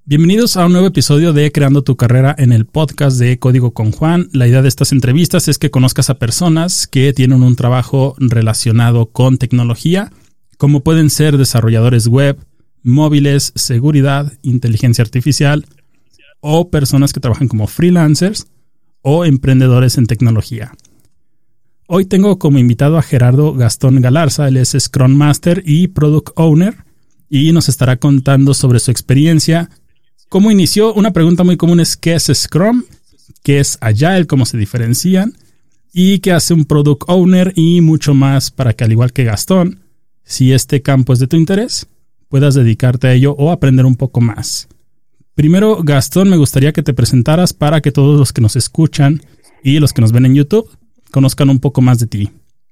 Bienvenidos a un nuevo episodio de Creando tu Carrera en el podcast de Código con Juan. La idea de estas entrevistas es que conozcas a personas que tienen un trabajo relacionado con tecnología, como pueden ser desarrolladores web, móviles, seguridad, inteligencia artificial o personas que trabajan como freelancers o emprendedores en tecnología. Hoy tengo como invitado a Gerardo Gastón Galarza. Él es Scrum Master y Product Owner y nos estará contando sobre su experiencia. ¿Cómo inició? Una pregunta muy común es ¿qué es Scrum? ¿Qué es Agile? ¿Cómo se diferencian? ¿Y qué hace un Product Owner? Y mucho más para que, al igual que Gastón, si este campo es de tu interés, puedas dedicarte a ello o aprender un poco más. Primero, Gastón, me gustaría que te presentaras para que todos los que nos escuchan y los que nos ven en YouTube conozcan un poco más de ti.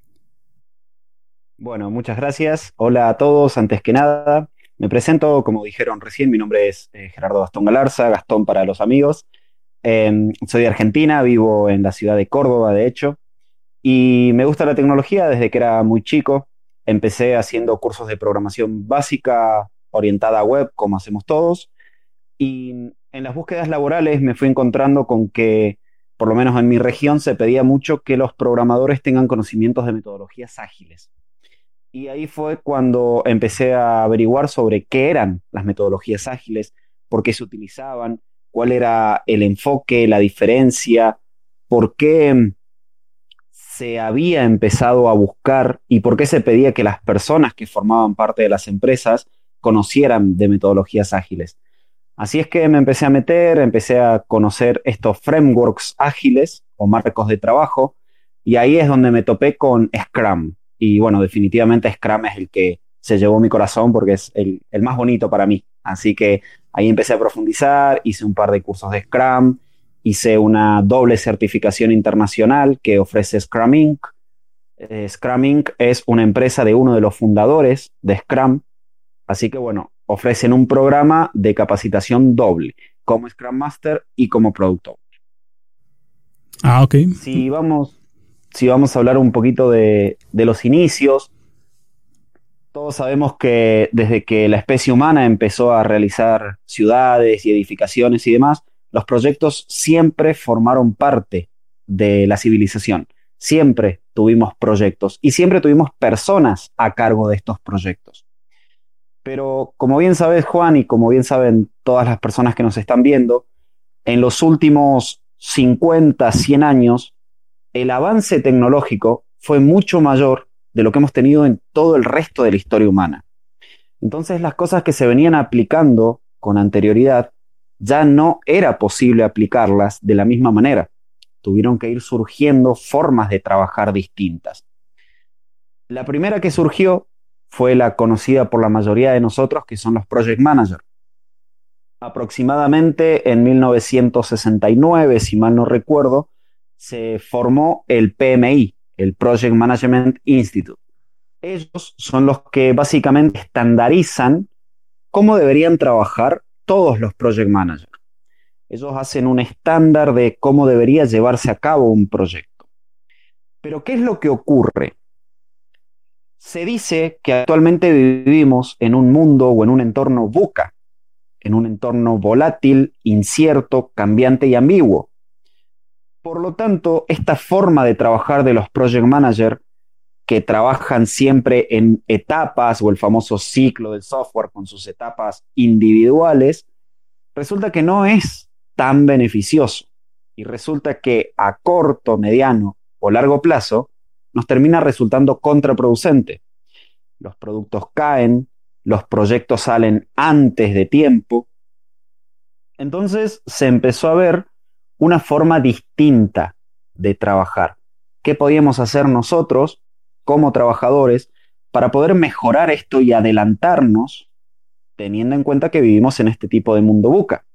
Bueno, muchas gracias. Hola a todos. Antes que nada, me presento, como dijeron recién, mi nombre es Gerardo Gastón Galarza, Gastón para los amigos. Soy de Argentina, vivo en la ciudad de Córdoba, de hecho, y me gusta la tecnología desde que era muy chico. Empecé haciendo cursos de programación básica orientada a web, como hacemos todos, y en las búsquedas laborales me fui encontrando con que, por lo menos en mi región, se pedía mucho que los programadores tengan conocimientos de metodologías ágiles. Y ahí fue cuando empecé a averiguar sobre qué eran las metodologías ágiles, por qué se utilizaban, cuál era el enfoque, la diferencia, por qué se había empezado a buscar y por qué se pedía que las personas que formaban parte de las empresas conocieran de metodologías ágiles. Así es que me empecé a meter, empecé a conocer estos frameworks ágiles o marcos de trabajo, y ahí es donde me topé con Scrum. Y bueno, definitivamente Scrum es el que se llevó mi corazón porque es el más bonito para mí. Así que ahí empecé a profundizar, hice un par de cursos de Scrum, hice una doble certificación internacional que ofrece Scrum Inc. Scrum Inc. es una empresa de uno de los fundadores de Scrum. Así que bueno, ofrecen un programa de capacitación doble, como Scrum Master y como Product Owner. Ok. Si vamos, si vamos a hablar un poquito de los inicios, todos sabemos que desde que la especie humana empezó a realizar ciudades y edificaciones y demás, los proyectos siempre formaron parte de la civilización. Siempre tuvimos proyectos y siempre tuvimos personas a cargo de estos proyectos. Pero como bien sabes, Juan, y como bien saben todas las personas que nos están viendo, en los últimos 50, 100 años, el avance tecnológico fue mucho mayor de lo que hemos tenido en todo el resto de la historia humana. Entonces, las cosas que se venían aplicando con anterioridad ya no era posible aplicarlas de la misma manera. Tuvieron que ir surgiendo formas de trabajar distintas. La primera que surgió fue la conocida por la mayoría de nosotros, que son los Project Manager. Aproximadamente en 1969, si mal no recuerdo, se formó el PMI, el Project Management Institute. Ellos son los que básicamente estandarizan cómo deberían trabajar todos los Project Managers. Ellos hacen un estándar de cómo debería llevarse a cabo un proyecto. Pero ¿qué es lo que ocurre? Se dice que actualmente vivimos en un mundo o en un entorno VUCA, en un entorno volátil, incierto, cambiante y ambiguo. Por lo tanto, esta forma de trabajar de los project managers, que trabajan siempre en etapas o el famoso ciclo del software con sus etapas individuales, resulta que no es tan beneficioso y resulta que a corto, mediano o largo plazo nos termina resultando contraproducente. Los productos caen, los proyectos salen antes de tiempo. Entonces se empezó a ver una forma distinta de trabajar. ¿Qué podíamos hacer nosotros como trabajadores para poder mejorar esto y adelantarnos, teniendo en cuenta que vivimos en este tipo de mundo VUCA?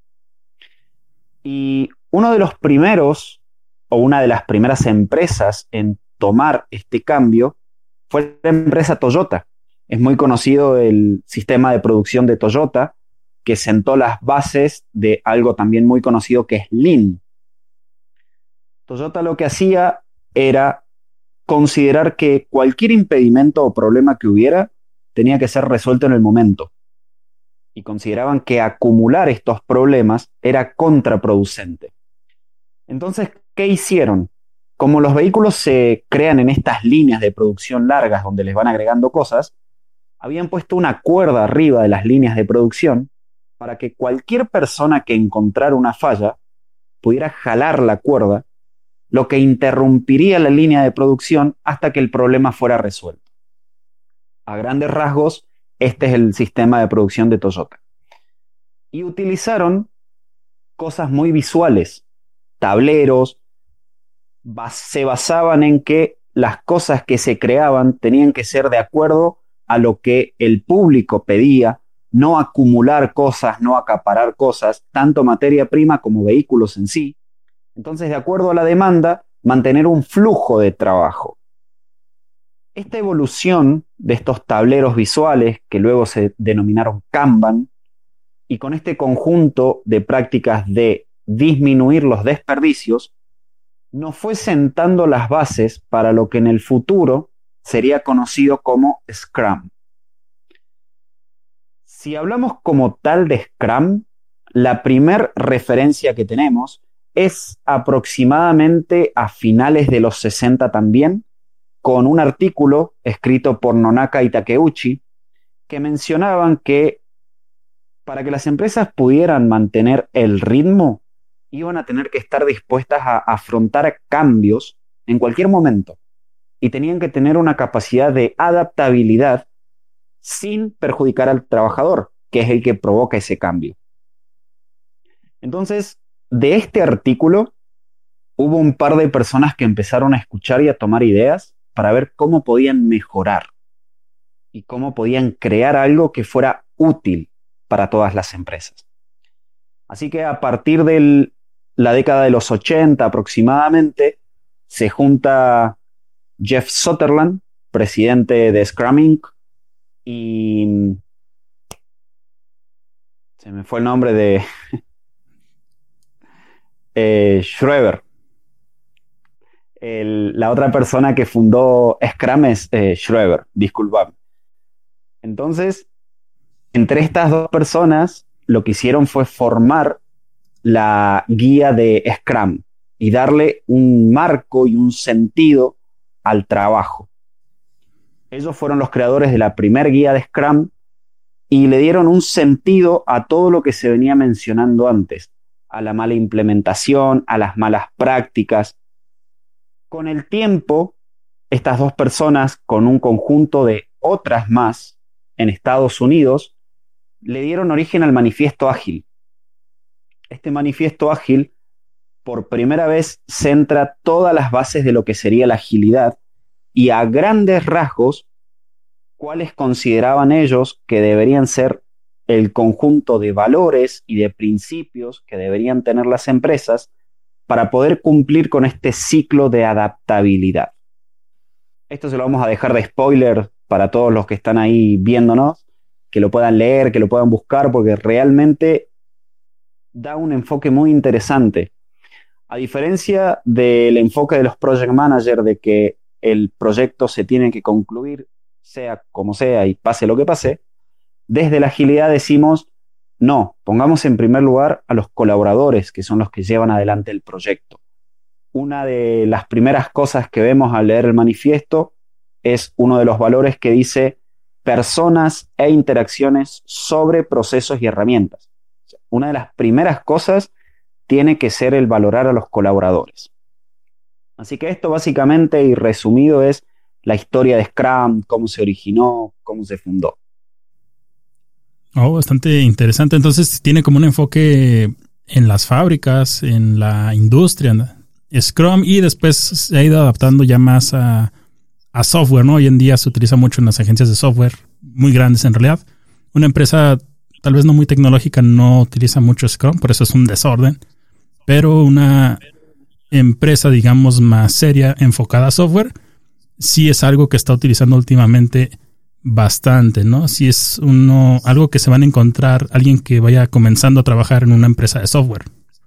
Y uno de los primeros, o una de las primeras empresas en tomar este cambio fue la empresa Toyota. Es muy conocido el sistema de producción de Toyota, que sentó las bases de algo también muy conocido que es Lean. Toyota lo que hacía era considerar que cualquier impedimento o problema que hubiera tenía que ser resuelto en el momento. y consideraban que acumular estos problemas era contraproducente. Entonces, ¿qué hicieron? Como los vehículos se crean en estas líneas de producción largas donde les van agregando cosas, habían puesto una cuerda arriba de las líneas de producción para que cualquier persona que encontrara una falla pudiera jalar la cuerda, lo que interrumpiría la línea de producción hasta que el problema fuera resuelto. A grandes rasgos, este es el sistema de producción de Toyota. Y utilizaron cosas muy visuales, tableros, se basaban en que las cosas que se creaban tenían que ser de acuerdo a lo que el público pedía, no acumular cosas, no acaparar cosas, tanto materia prima como vehículos en sí. Entonces, de acuerdo a la demanda, mantener un flujo de trabajo. Esta evolución de estos tableros visuales, que luego se denominaron Kanban, y con este conjunto de prácticas de disminuir los desperdicios, nos fue sentando las bases para lo que en el futuro sería conocido como Scrum. Si hablamos como tal de Scrum, la primer referencia que tenemos es aproximadamente a finales de los 60 también, con un artículo escrito por Nonaka y Takeuchi, que mencionaban que para que las empresas pudieran mantener el ritmo, iban a tener que estar dispuestas a afrontar cambios en cualquier momento y tenían que tener una capacidad de adaptabilidad sin perjudicar al trabajador, que es el que provoca ese cambio. Entonces, de este artículo hubo un par de personas que empezaron a escuchar y a tomar ideas para ver cómo podían mejorar y cómo podían crear algo que fuera útil para todas las empresas. Así que a partir de la década de los 80 aproximadamente, se junta Jeff Sutherland, presidente de Scrum Inc., y se me fue el nombre de Schreiber. La otra persona que fundó Scrum es Schreiber, disculpame. Entonces, entre estas dos personas, lo que hicieron fue formar la guía de Scrum y darle un marco y un sentido al trabajo. Ellos fueron los creadores de la primera guía de Scrum y le dieron un sentido a todo lo que se venía mencionando antes, a la mala implementación, a las malas prácticas. Con el tiempo, estas dos personas, con un conjunto de otras más en Estados Unidos, le dieron origen al Manifiesto Ágil. Este Manifiesto Ágil, por primera vez, centra todas las bases de lo que sería la agilidad y a grandes rasgos, cuáles consideraban ellos que deberían ser el conjunto de valores y de principios que deberían tener las empresas para poder cumplir con este ciclo de adaptabilidad. Esto se lo vamos a dejar de spoiler para todos los que están ahí viéndonos, que lo puedan leer, que lo puedan buscar, porque realmente da un enfoque muy interesante. A diferencia del enfoque de los project managers de que el proyecto se tiene que concluir, sea como sea y pase lo que pase, desde la agilidad decimos, no, pongamos en primer lugar a los colaboradores, que son los que llevan adelante el proyecto. Una de las primeras cosas que vemos al leer el manifiesto es uno de los valores que dice personas e interacciones sobre procesos y herramientas. Una de las primeras cosas tiene que ser el valorar a los colaboradores. Así que esto básicamente y resumido es la historia de Scrum, cómo se originó, cómo se fundó. Oh, bastante interesante. Entonces tiene como un enfoque en las fábricas, en la industria, ¿no? Scrum, y después se ha ido adaptando ya más a software, ¿no? Hoy en día se utiliza mucho en las agencias de software, muy grandes en realidad. Una empresa tal vez no muy tecnológica no utiliza mucho Scrum, por eso es un desorden. Pero una empresa, digamos, más seria, enfocada a software, sí es algo que está utilizando últimamente bastante, ¿no? Sí es algo que se van a encontrar alguien que vaya comenzando a trabajar en una empresa de software.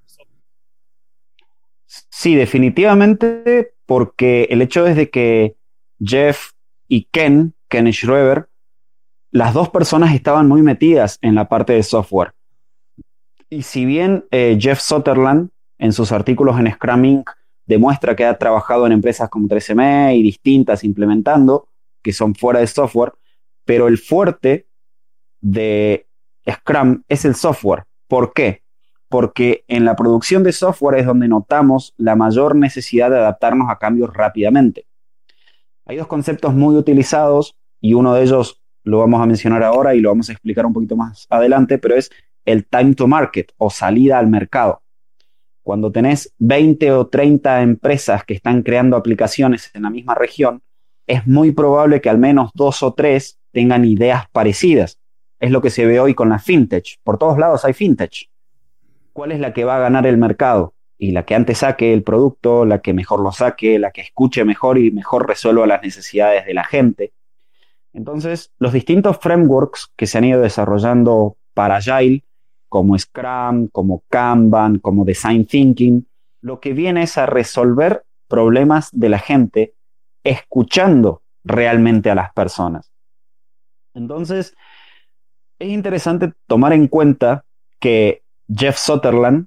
Sí, definitivamente, porque el hecho es de que Jeff y Ken Schreiber, las dos personas estaban muy metidas en la parte de software. Y si bien Jeff Sutherland, en sus artículos en Scrum Inc., demuestra que ha trabajado en empresas como 3M y distintas implementando, que son fuera de software, pero el fuerte de Scrum es el software. ¿Por qué? Porque en la producción de software es donde notamos la mayor necesidad de adaptarnos a cambios rápidamente. Hay dos conceptos muy utilizados y uno de ellos lo vamos a mencionar ahora y lo vamos a explicar un poquito más adelante, pero es el time to market o salida al mercado. Cuando tenés 20 o 30 empresas que están creando aplicaciones en la misma región, es muy probable que al menos 2 o 3 tengan ideas parecidas. Es lo que se ve hoy con la fintech. Por todos lados hay fintech. ¿Cuál es la que va a ganar el mercado? Y la que antes saque el producto, la que mejor lo saque, la que escuche mejor y mejor resuelva las necesidades de la gente. Entonces, los distintos frameworks que se han ido desarrollando para Agile, como Scrum, como Kanban, como Design Thinking, lo que viene es a resolver problemas de la gente escuchando realmente a las personas. Entonces, es interesante tomar en cuenta que Jeff Sutherland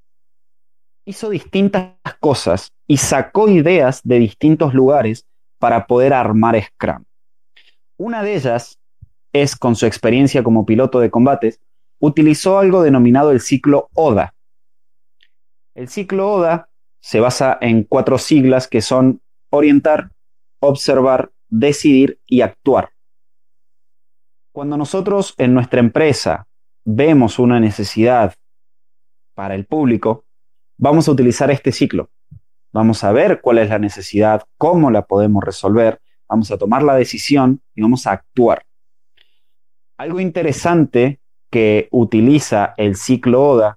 hizo distintas cosas y sacó ideas de distintos lugares para poder armar Scrum. Una de ellas es, con su experiencia como piloto de combates, utilizó algo denominado el ciclo ODA. El ciclo ODA se basa en 4 siglas que son orientar, observar, decidir y actuar. Cuando nosotros en nuestra empresa vemos una necesidad para el público, vamos a utilizar este ciclo. Vamos a ver cuál es la necesidad, cómo la podemos resolver, vamos a tomar la decisión y vamos a actuar. Algo interesante que utiliza el ciclo ODA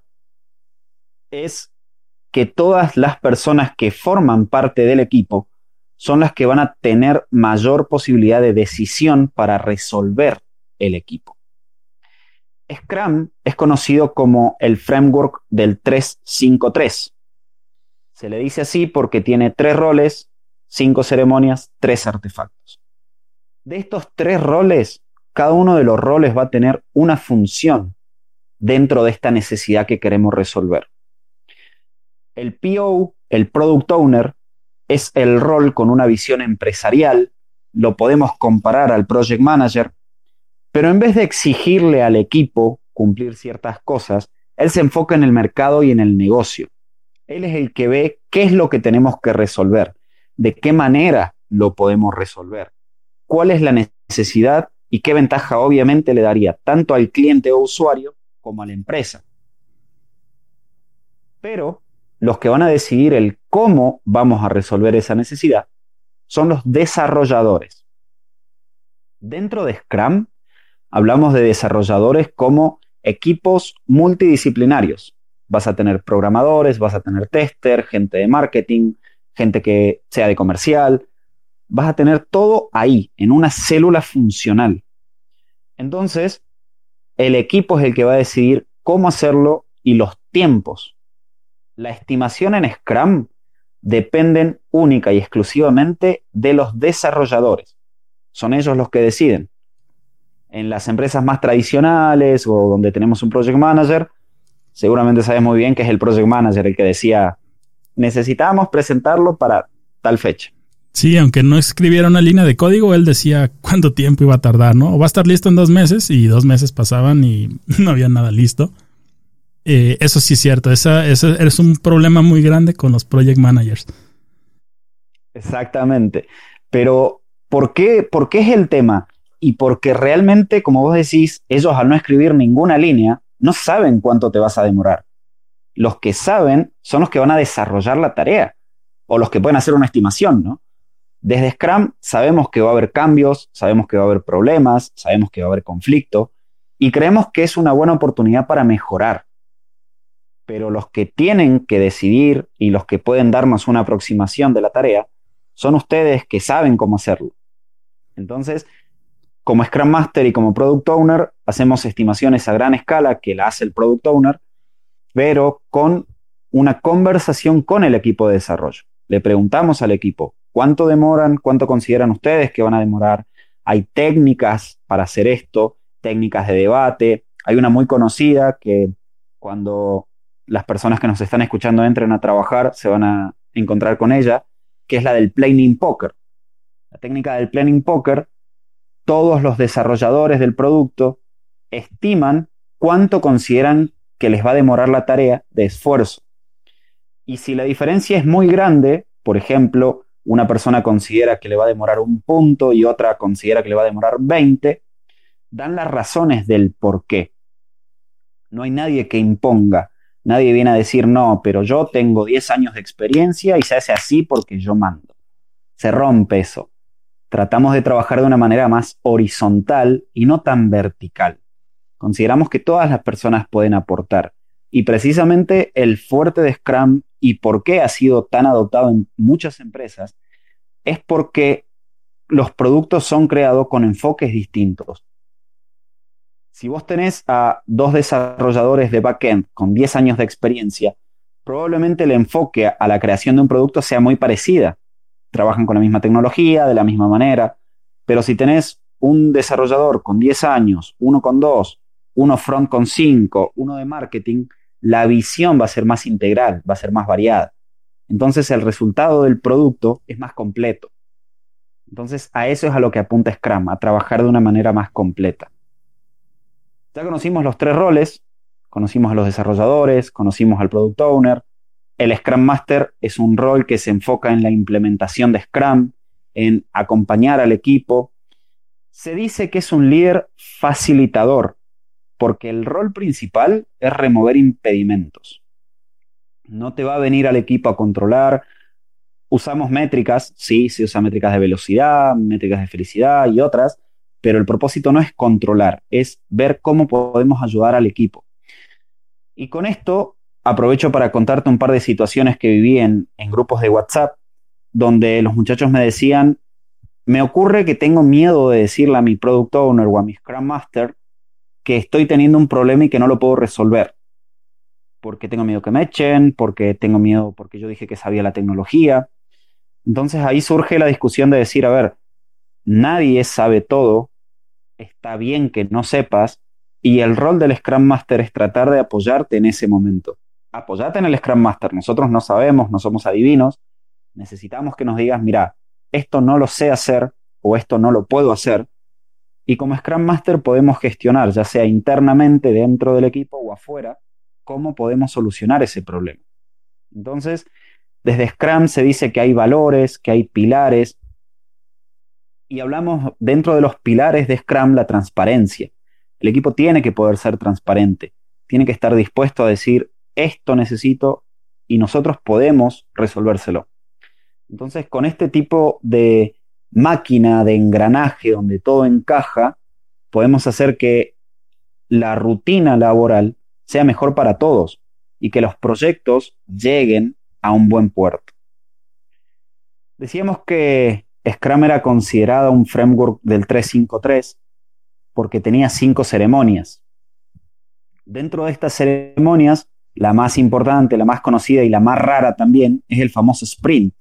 es que todas las personas que forman parte del equipo son las que van a tener mayor posibilidad de decisión para resolver el equipo. Scrum es conocido como el framework del 3-5-3. Se le dice así porque tiene 3 roles, 5 ceremonias, 3 artefactos. De estos 3 roles, cada uno de los roles va a tener una función dentro de esta necesidad que queremos resolver. El PO, el Product Owner, es el rol con una visión empresarial, lo podemos comparar al Project Manager, pero en vez de exigirle al equipo cumplir ciertas cosas, él se enfoca en el mercado y en el negocio. Él es el que ve qué es lo que tenemos que resolver, de qué manera lo podemos resolver, cuál es la necesidad y qué ventaja obviamente le daría tanto al cliente o usuario como a la empresa. Pero los que van a decidir el cómo vamos a resolver esa necesidad son los desarrolladores. Dentro de Scrum hablamos de desarrolladores como equipos multidisciplinarios. Vas a tener programadores, vas a tener tester, gente de marketing, gente que sea de comercial. Vas a tener todo ahí, en una célula funcional. Entonces, el equipo es el que va a decidir cómo hacerlo y los tiempos. La estimación en Scrum dependen única y exclusivamente de los desarrolladores. Son ellos los que deciden. En las empresas más tradicionales o donde tenemos un project manager, seguramente sabes muy bien que es el project manager el que decía, necesitamos presentarlo para tal fecha. Sí, aunque no escribiera una línea de código, él decía cuánto tiempo iba a tardar, ¿no? O va a estar listo en 2 meses, y 2 meses pasaban y no había nada listo. Eso sí es cierto, ese es un problema muy grande con los project managers. Exactamente. Pero, ¿por qué es el tema? Y porque realmente, como vos decís, ellos al no escribir ninguna línea, no saben cuánto te vas a demorar. Los que saben son los que van a desarrollar la tarea, o los que pueden hacer una estimación, ¿no? Desde Scrum sabemos que va a haber cambios, sabemos que va a haber problemas, sabemos que va a haber conflicto, y creemos que es una buena oportunidad para mejorar. Pero los que tienen que decidir y los que pueden darnos una aproximación de la tarea son ustedes que saben cómo hacerlo. Entonces, como Scrum Master y como Product Owner, hacemos estimaciones a gran escala que la hace el Product Owner, pero con una conversación con el equipo de desarrollo. Le preguntamos al equipo, ¿cuánto demoran? ¿Cuánto consideran ustedes que van a demorar? Hay técnicas para hacer esto, técnicas de debate. Hay una muy conocida que cuando las personas que nos están escuchando entren a trabajar se van a encontrar con ella, que es la del planning poker. La técnica del planning poker, todos los desarrolladores del producto estiman cuánto consideran que les va a demorar la tarea de esfuerzo. Y si la diferencia es muy grande, por ejemplo, una persona considera que le va a demorar 1 punto y otra considera que le va a demorar 20, dan las razones del por qué. No hay nadie que imponga. Nadie viene a decir, no, pero yo tengo 10 años de experiencia y se hace así porque yo mando. Se rompe eso. Tratamos de trabajar de una manera más horizontal y no tan vertical. Consideramos que todas las personas pueden aportar. Y precisamente el fuerte de Scrum y por qué ha sido tan adoptado en muchas empresas es porque los productos son creados con enfoques distintos. Si vos tenés a 2 desarrolladores de backend con 10 años de experiencia, probablemente el enfoque a la creación de un producto sea muy parecida. Trabajan con la misma tecnología, de la misma manera, pero si tenés un desarrollador con 10 años, uno con 2, uno front con 5, uno de marketing, la visión va a ser más integral, va a ser más variada. Entonces el resultado del producto es más completo. Entonces a eso es a lo que apunta Scrum, a trabajar de una manera más completa. Ya conocimos los 3 roles, conocimos a los desarrolladores, conocimos al Product Owner. El Scrum Master es un rol que se enfoca en la implementación de Scrum, en acompañar al equipo. Se dice que es un líder facilitador, porque el rol principal es remover impedimentos. No te va a venir al equipo a controlar. Usamos métricas, sí, se usan métricas de velocidad, métricas de felicidad y otras, pero el propósito no es controlar, es ver cómo podemos ayudar al equipo. Y con esto aprovecho para contarte un par de situaciones que viví en grupos de WhatsApp, donde los muchachos me decían, me ocurre que tengo miedo de decirle a mi Product Owner o a mi Scrum Master que estoy teniendo un problema y que no lo puedo resolver. Porque tengo miedo que me echen, porque tengo miedo porque yo dije que sabía la tecnología. Entonces ahí surge la discusión de decir, a ver, nadie sabe todo, está bien que no sepas, y el rol del Scrum Master es tratar de apoyarte en ese momento. Apoyate en el Scrum Master, nosotros no sabemos, no somos adivinos, necesitamos que nos digas, mira, esto no lo sé hacer o esto no lo puedo hacer, y como Scrum Master podemos gestionar, ya sea internamente dentro del equipo o afuera, cómo podemos solucionar ese problema. Entonces, desde Scrum se dice que hay valores, que hay pilares, y hablamos dentro de los pilares de Scrum la transparencia. El equipo tiene que poder ser transparente, tiene que estar dispuesto a decir, esto necesito y nosotros podemos resolvérselo. Entonces, con este tipo de máquina, de engranaje donde todo encaja, podemos hacer que la rutina laboral sea mejor para todos y que los proyectos lleguen a un buen puerto. Decíamos que Scrum era considerada un framework del 3-5-3 porque tenía 5 ceremonias. Dentro de estas ceremonias, la más importante, la más conocida y la más rara también es el famoso sprint.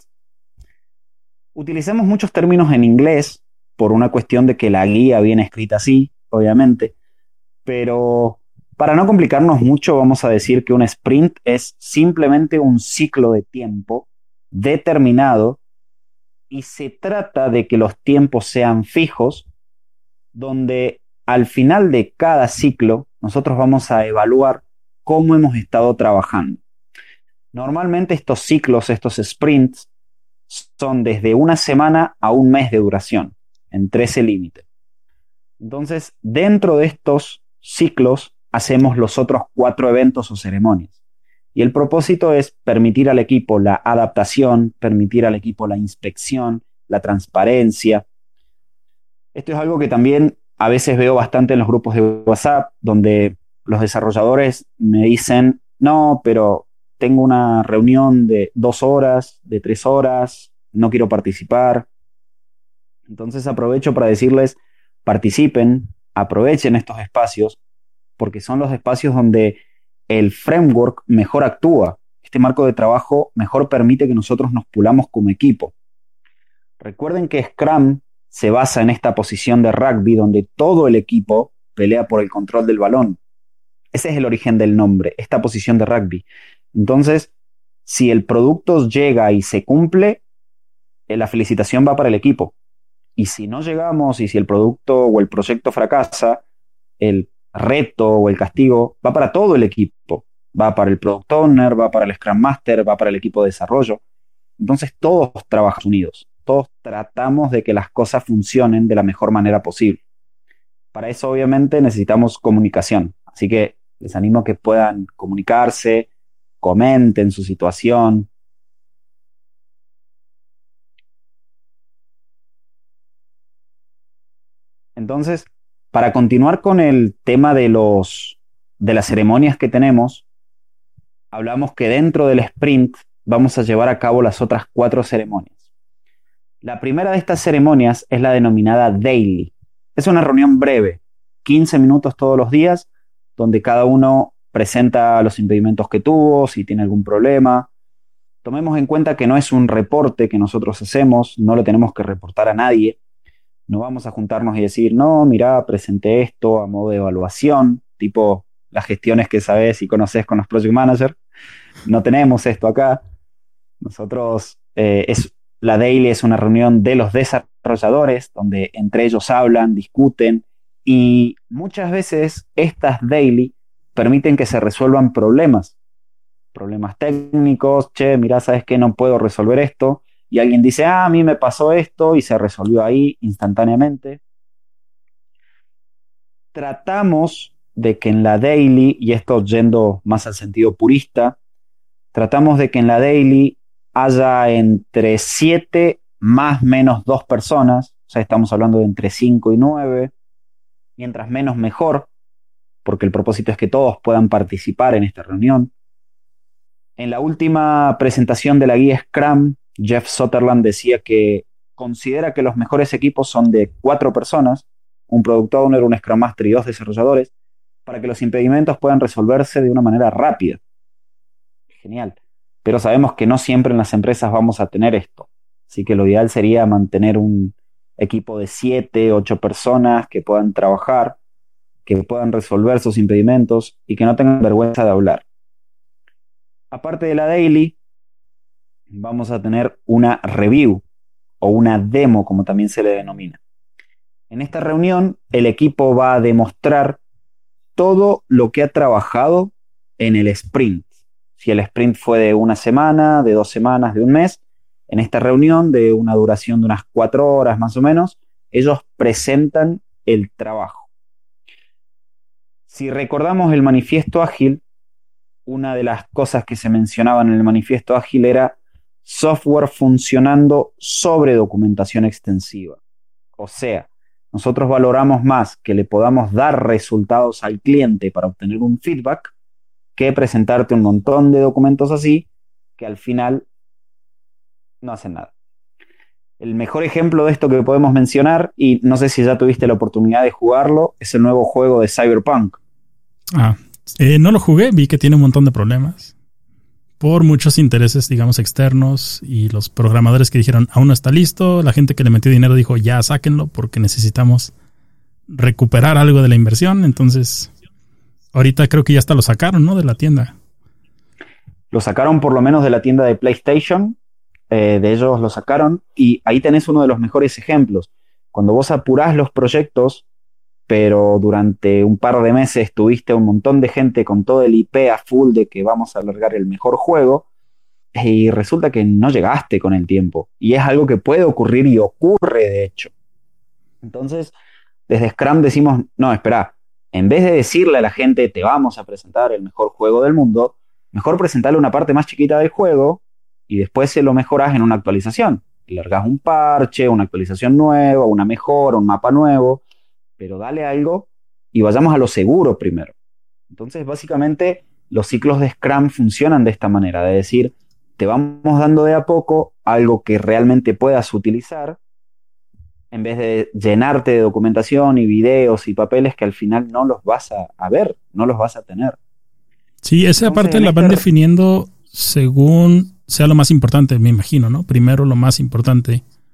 Utilizamos muchos términos en inglés por una cuestión de que la guía viene escrita así, obviamente, pero para no complicarnos mucho vamos a decir que un sprint es simplemente un ciclo de tiempo determinado y se trata de que los tiempos sean fijos, donde al final de cada ciclo nosotros vamos a evaluar cómo hemos estado trabajando. Normalmente estos ciclos, estos sprints, son desde una semana a un mes de duración, entre ese límite. Entonces, dentro de estos ciclos hacemos los otros 4 eventos o ceremonias. Y el propósito es permitir al equipo la adaptación, permitir al equipo la inspección, la transparencia. Esto es algo que también a veces veo bastante en los grupos de WhatsApp, donde los desarrolladores me dicen, no, pero tengo una reunión de 2 horas, de 3 horas, no quiero participar. Entonces aprovecho para decirles, participen, aprovechen estos espacios, porque son los espacios donde el framework mejor actúa. Este marco de trabajo mejor permite que nosotros nos pulamos como equipo. Recuerden que Scrum se basa en esta posición de rugby donde todo el equipo pelea por el control del balón. Ese es el origen del nombre, esta posición de rugby. Entonces, si el producto llega y se cumple, la felicitación va para el equipo. Y si no llegamos y si el producto o el proyecto fracasa, el reto o el castigo va para todo el equipo. Va para el Product Owner, va para el Scrum Master, va para el equipo de desarrollo. Entonces todos trabajan unidos. Todos tratamos de que las cosas funcionen de la mejor manera posible. Para eso obviamente necesitamos comunicación. Así que les animo a que puedan comunicarse, comenten su situación. Entonces, para continuar con el tema de las ceremonias que tenemos, hablamos que dentro del sprint vamos a llevar a cabo las otras 4 ceremonias. La primera de estas ceremonias es la denominada Daily. Es una reunión breve, 15 minutos todos los días, donde cada uno presenta los impedimentos que tuvo, si tiene algún problema. Tomemos en cuenta que no es un reporte que nosotros hacemos, no lo tenemos que reportar a nadie. No vamos a juntarnos y decir, no, mira, presenté esto a modo de evaluación, tipo las gestiones que sabes y conoces con los project managers. No tenemos esto acá. Nosotros, la daily es una reunión de los desarrolladores, donde entre ellos hablan, discuten, y muchas veces estas daily permiten que se resuelvan problemas técnicos. Che, mira, ¿sabes qué? No puedo resolver esto. Y alguien dice, a mí me pasó esto y se resolvió ahí instantáneamente. Tratamos de que en la daily, y esto yendo más al sentido purista, tratamos de que en la daily haya entre 7 más menos 2 personas, o sea, estamos hablando de entre 5 y 9, mientras menos mejor, porque el propósito es que todos puedan participar en esta reunión. En la última presentación de la guía Scrum, Jeff Sutherland decía que considera que los mejores equipos son de 4 personas, un Product Owner, un Scrum Master y 2 desarrolladores, para que los impedimentos puedan resolverse de una manera rápida. Genial. Pero sabemos que no siempre en las empresas vamos a tener esto. Así que lo ideal sería mantener un equipo de 7, 8 personas que puedan trabajar, que puedan resolver sus impedimentos y que no tengan vergüenza de hablar. Aparte de la daily, vamos a tener una review o una demo, como también se le denomina. En esta reunión, el equipo va a demostrar todo lo que ha trabajado en el sprint. Si el sprint fue de 1 semana, de 2 semanas, de un mes, en esta reunión de una duración de unas 4 horas más o menos, ellos presentan el trabajo. Si recordamos el manifiesto ágil, una de las cosas que se mencionaban en el manifiesto ágil era software funcionando sobre documentación extensiva. O sea, nosotros valoramos más que le podamos dar resultados al cliente para obtener un feedback que presentarte un montón de documentos así que al final no hacen nada. El mejor ejemplo de esto que podemos mencionar, y no sé si ya tuviste la oportunidad de jugarlo, es el nuevo juego de Cyberpunk. No lo jugué, vi que tiene un montón de problemas por muchos intereses, digamos, externos, y los programadores que dijeron, aún no está listo, la gente que le metió dinero dijo, ya sáquenlo porque necesitamos recuperar algo de la inversión. Entonces, ahorita creo que ya hasta lo sacaron, ¿no? De la tienda. Lo sacaron por lo menos de la tienda de PlayStation, de ellos lo sacaron, y ahí tenés uno de los mejores ejemplos. Cuando vos apurás los proyectos, pero durante un par de meses tuviste un montón de gente con todo el IP a full de que vamos a alargar el mejor juego, y resulta que no llegaste con el tiempo. Y es algo que puede ocurrir y ocurre, de hecho. Entonces, desde Scrum decimos, no, espera, en vez de decirle a la gente, te vamos a presentar el mejor juego del mundo, mejor presentarle una parte más chiquita del juego y después se lo mejoras en una actualización. Largas un parche, una actualización nueva, una mejora, un mapa nuevo, pero dale algo y vayamos a lo seguro primero. Entonces, básicamente, los ciclos de Scrum funcionan de esta manera, de decir, te vamos dando de a poco algo que realmente puedas utilizar, en vez de llenarte de documentación y videos y papeles que al final no los vas a ver, no los vas a tener. Sí, esa parte la van definiendo según sea lo más importante, me imagino, ¿no? Primero lo más importante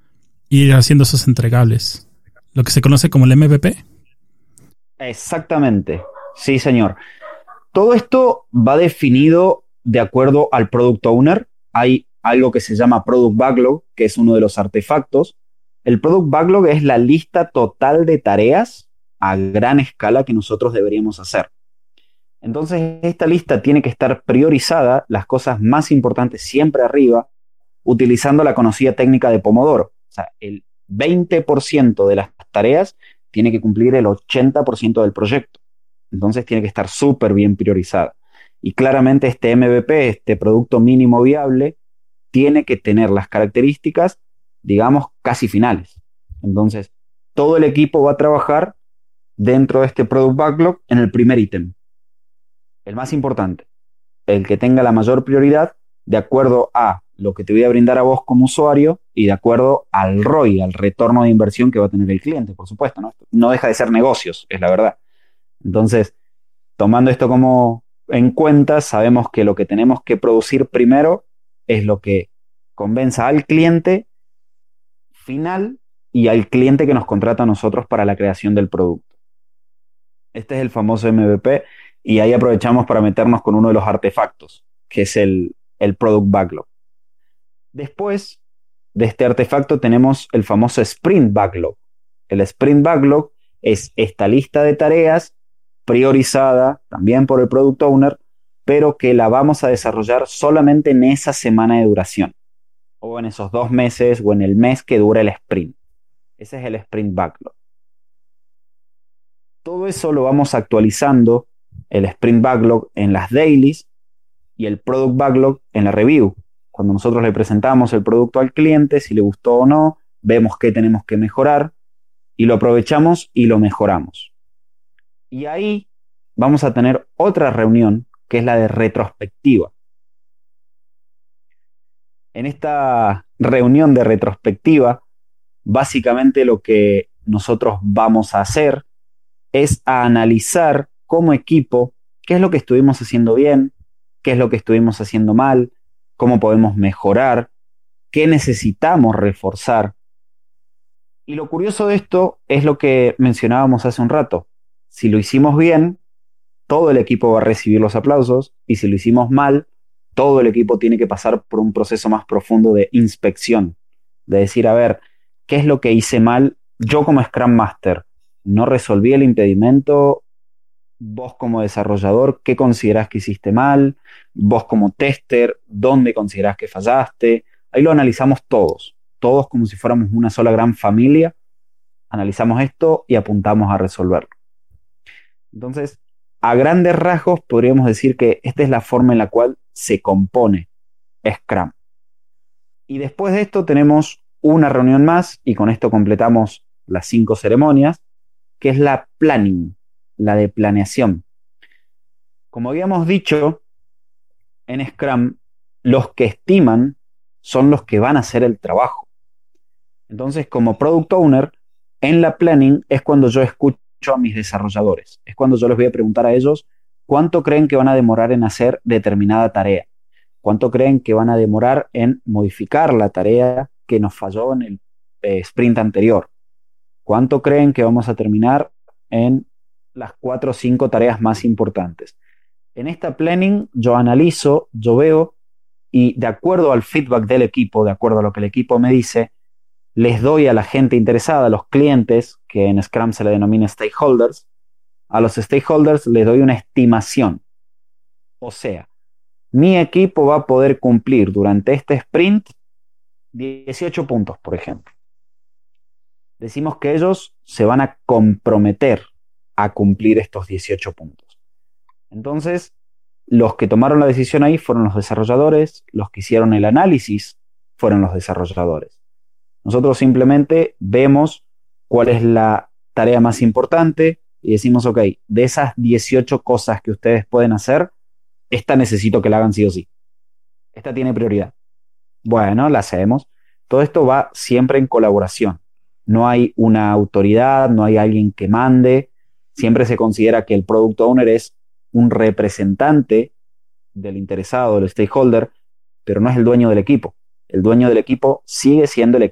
Ir haciendo esos entregables. Lo que se conoce como el MVP. Exactamente. Sí, señor. Todo esto va definido de acuerdo al Product Owner. Hay algo que se llama Product Backlog, que es uno de los artefactos. El Product Backlog es la lista total de tareas a gran escala que nosotros deberíamos hacer. Entonces, esta lista tiene que estar priorizada, las cosas más importantes siempre arriba, utilizando la conocida técnica de Pomodoro. O sea, el 20% de las tareas tiene que cumplir el 80% del proyecto. Entonces tiene que estar súper bien priorizada. Y claramente este MVP, este producto mínimo viable, tiene que tener las características, digamos, casi finales. Entonces, todo el equipo va a trabajar dentro de este Product Backlog en el primer ítem, el más importante, el que tenga la mayor prioridad de acuerdo a lo que te voy a brindar a vos como usuario y de acuerdo al ROI, al retorno de inversión que va a tener el cliente, por supuesto, ¿no? No deja de ser negocios, es la verdad. Entonces, tomando esto como en cuenta, sabemos que lo que tenemos que producir primero es lo que convenza al cliente final y al cliente que nos contrata a nosotros para la creación del producto. Este es el famoso MVP y ahí aprovechamos para meternos con uno de los artefactos, que es el Product Backlog. Después de este artefacto tenemos el famoso Sprint Backlog. El Sprint Backlog es esta lista de tareas priorizada también por el Product Owner, pero que la vamos a desarrollar solamente en esa semana de duración, o en esos 2 meses, o en el mes que dura el sprint. Ese es el Sprint Backlog. Todo eso lo vamos actualizando, el Sprint Backlog en las dailies y el Product Backlog en la review. Cuando nosotros le presentamos el producto al cliente, si le gustó o no, vemos qué tenemos que mejorar y lo aprovechamos y lo mejoramos. Y ahí vamos a tener otra reunión que es la de retrospectiva. En esta reunión de retrospectiva, básicamente lo que nosotros vamos a hacer es a analizar como equipo qué es lo que estuvimos haciendo bien, qué es lo que estuvimos haciendo mal, cómo podemos mejorar, qué necesitamos reforzar. Y lo curioso de esto es lo que mencionábamos hace un rato. Si lo hicimos bien, todo el equipo va a recibir los aplausos, y si lo hicimos mal, todo el equipo tiene que pasar por un proceso más profundo de inspección, de decir, a ver, ¿qué es lo que hice mal? Yo como Scrum Master no resolví el impedimento. Vos como desarrollador, ¿qué considerás que hiciste mal? Vos como tester, ¿dónde considerás que fallaste? Ahí lo analizamos todos como si fuéramos una sola gran familia. Analizamos esto y apuntamos a resolverlo. Entonces, a grandes rasgos podríamos decir que esta es la forma en la cual se compone Scrum. Y después de esto tenemos una reunión más, y con esto completamos las 5 ceremonias, que es la planning, la de planeación. Como habíamos dicho, en Scrum, los que estiman son los que van a hacer el trabajo. Entonces, como Product Owner, en la planning es cuando yo escucho a mis desarrolladores. Es cuando yo les voy a preguntar a ellos cuánto creen que van a demorar en hacer determinada tarea. ¿Cuánto creen que van a demorar en modificar la tarea que nos falló en el sprint anterior? ¿Cuánto creen que vamos a terminar en las 4 o 5 tareas más importantes? En esta planning yo analizo, yo veo, y de acuerdo al feedback del equipo, de acuerdo a lo que el equipo me dice, les doy a la gente interesada, a los clientes, que en Scrum se le denomina stakeholders, a los stakeholders les doy una estimación. O sea, mi equipo va a poder cumplir durante este sprint 18 puntos, por ejemplo. Decimos que ellos se van a comprometer a cumplir estos 18 puntos. Entonces, los que tomaron la decisión ahí fueron los desarrolladores, los que hicieron el análisis fueron los desarrolladores. Nosotros simplemente vemos cuál es la tarea más importante y decimos, ok, de esas 18 cosas que ustedes pueden hacer, esta necesito que la hagan sí o sí. Esta tiene prioridad. Bueno, la hacemos. Todo esto va siempre en colaboración. No hay una autoridad, no hay alguien que mande. Siempre se considera que el Product Owner es un representante del interesado, del stakeholder, pero no es el dueño del equipo. El dueño del equipo sigue siendo el equipo.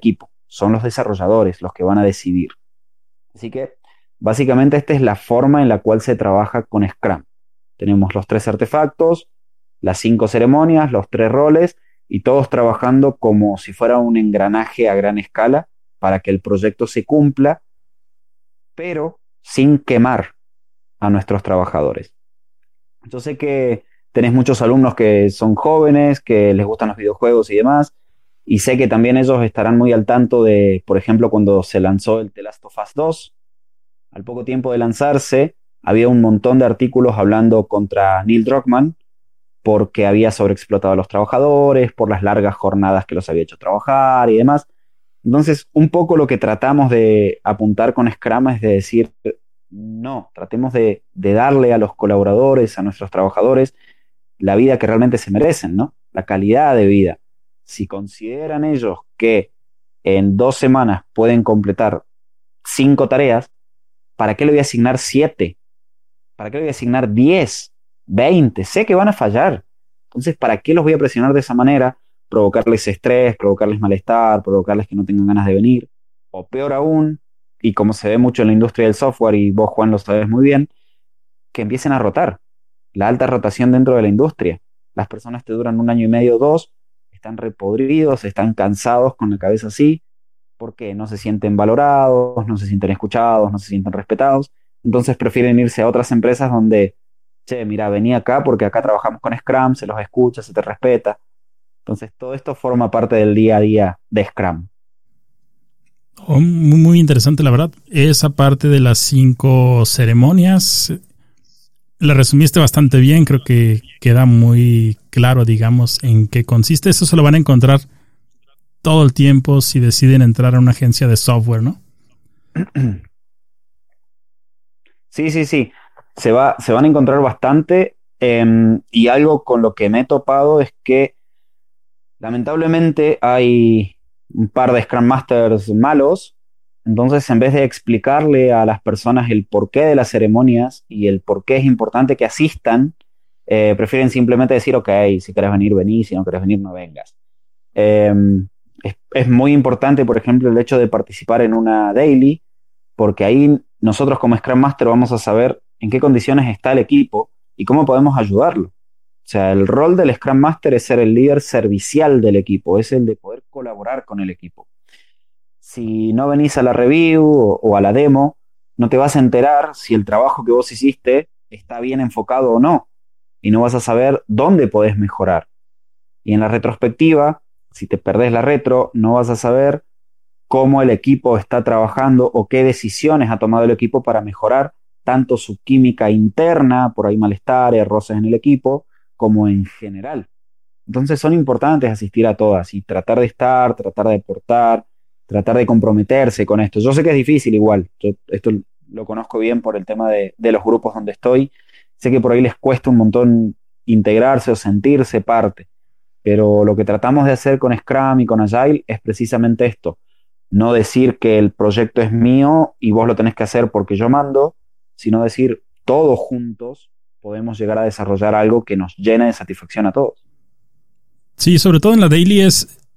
son los desarrolladores los que van a decidir. Así que básicamente esta es la forma en la cual se trabaja con Scrum. Tenemos los 3 artefactos, las 5 ceremonias, los 3 roles y todos trabajando como si fuera un engranaje a gran escala para que el proyecto se cumpla, pero sin quemar a nuestros trabajadores. Yo sé que tenés muchos alumnos que son jóvenes, que les gustan los videojuegos y demás, y sé que también ellos estarán muy al tanto de, por ejemplo, cuando se lanzó el The Last of Us 2, al poco tiempo de lanzarse, había un montón de artículos hablando contra Neil Druckmann porque había sobreexplotado a los trabajadores, por las largas jornadas que los había hecho trabajar y demás. Entonces, un poco lo que tratamos de apuntar con Scrum es de decir, no, tratemos de darle a los colaboradores, a nuestros trabajadores, la vida que realmente se merecen, ¿no? La calidad de vida. Si consideran ellos que en 2 semanas pueden completar 5 tareas, ¿para qué le voy a asignar 7? ¿Para qué le voy a asignar 10, 20? Sé que van a fallar. Entonces, ¿para qué los voy a presionar de esa manera? Provocarles estrés, provocarles malestar, provocarles que no tengan ganas de venir. O peor aún, y como se ve mucho en la industria del software, y vos, Juan, lo sabes muy bien, que empiecen a rotar. La alta rotación dentro de la industria. Las personas te duran 1 año y medio, 2, están repodridos, están cansados con la cabeza así, porque no se sienten valorados, no se sienten escuchados, no se sienten respetados. Entonces prefieren irse a otras empresas donde, che, mira, vení acá porque acá trabajamos con Scrum, se los escucha, se te respeta. Entonces todo esto forma parte del día a día de Scrum. Oh, muy, muy interesante, la verdad. Esa parte de las 5 ceremonias la resumiste bastante bien. Creo que queda muy claro, digamos, en qué consiste. Eso se lo van a encontrar todo el tiempo si deciden entrar a una agencia de software, ¿no? Sí, sí, sí. Se van a encontrar bastante. Y algo con lo que me he topado es que lamentablemente hay un par de Scrum Masters malos. Entonces, en vez de explicarle a las personas el porqué de las ceremonias y el por qué es importante que asistan, prefieren simplemente decir, ok, si querés venir, vení, si no querés venir, no vengas. Eh, es muy importante, por ejemplo, el hecho de participar en una daily, porque ahí nosotros como Scrum Master vamos a saber en qué condiciones está el equipo y cómo podemos ayudarlo. O sea, el rol del Scrum Master es ser el líder servicial del equipo, es el de poder colaborar con el equipo. Si no venís a la review o a la demo, no te vas a enterar si el trabajo que vos hiciste está bien enfocado o no, y no vas a saber dónde podés mejorar. Y en la retrospectiva, si te perdés la retro, no vas a saber cómo el equipo está trabajando o qué decisiones ha tomado el equipo para mejorar tanto su química interna, por ahí malestar, roces en el equipo, como en general. Entonces son importantes asistir a todas y tratar de estar, tratar de aportar, tratar de comprometerse con esto. Yo sé que es difícil igual, yo esto lo conozco bien por el tema de los grupos donde estoy, sé que por ahí les cuesta un montón integrarse o sentirse parte, pero lo que tratamos de hacer con Scrum y con Agile es precisamente esto, no decir que el proyecto es mío y vos lo tenés que hacer porque yo mando, sino decir todos juntos podemos llegar a desarrollar algo que nos llene de satisfacción a todos. Sí, sobre todo en la daily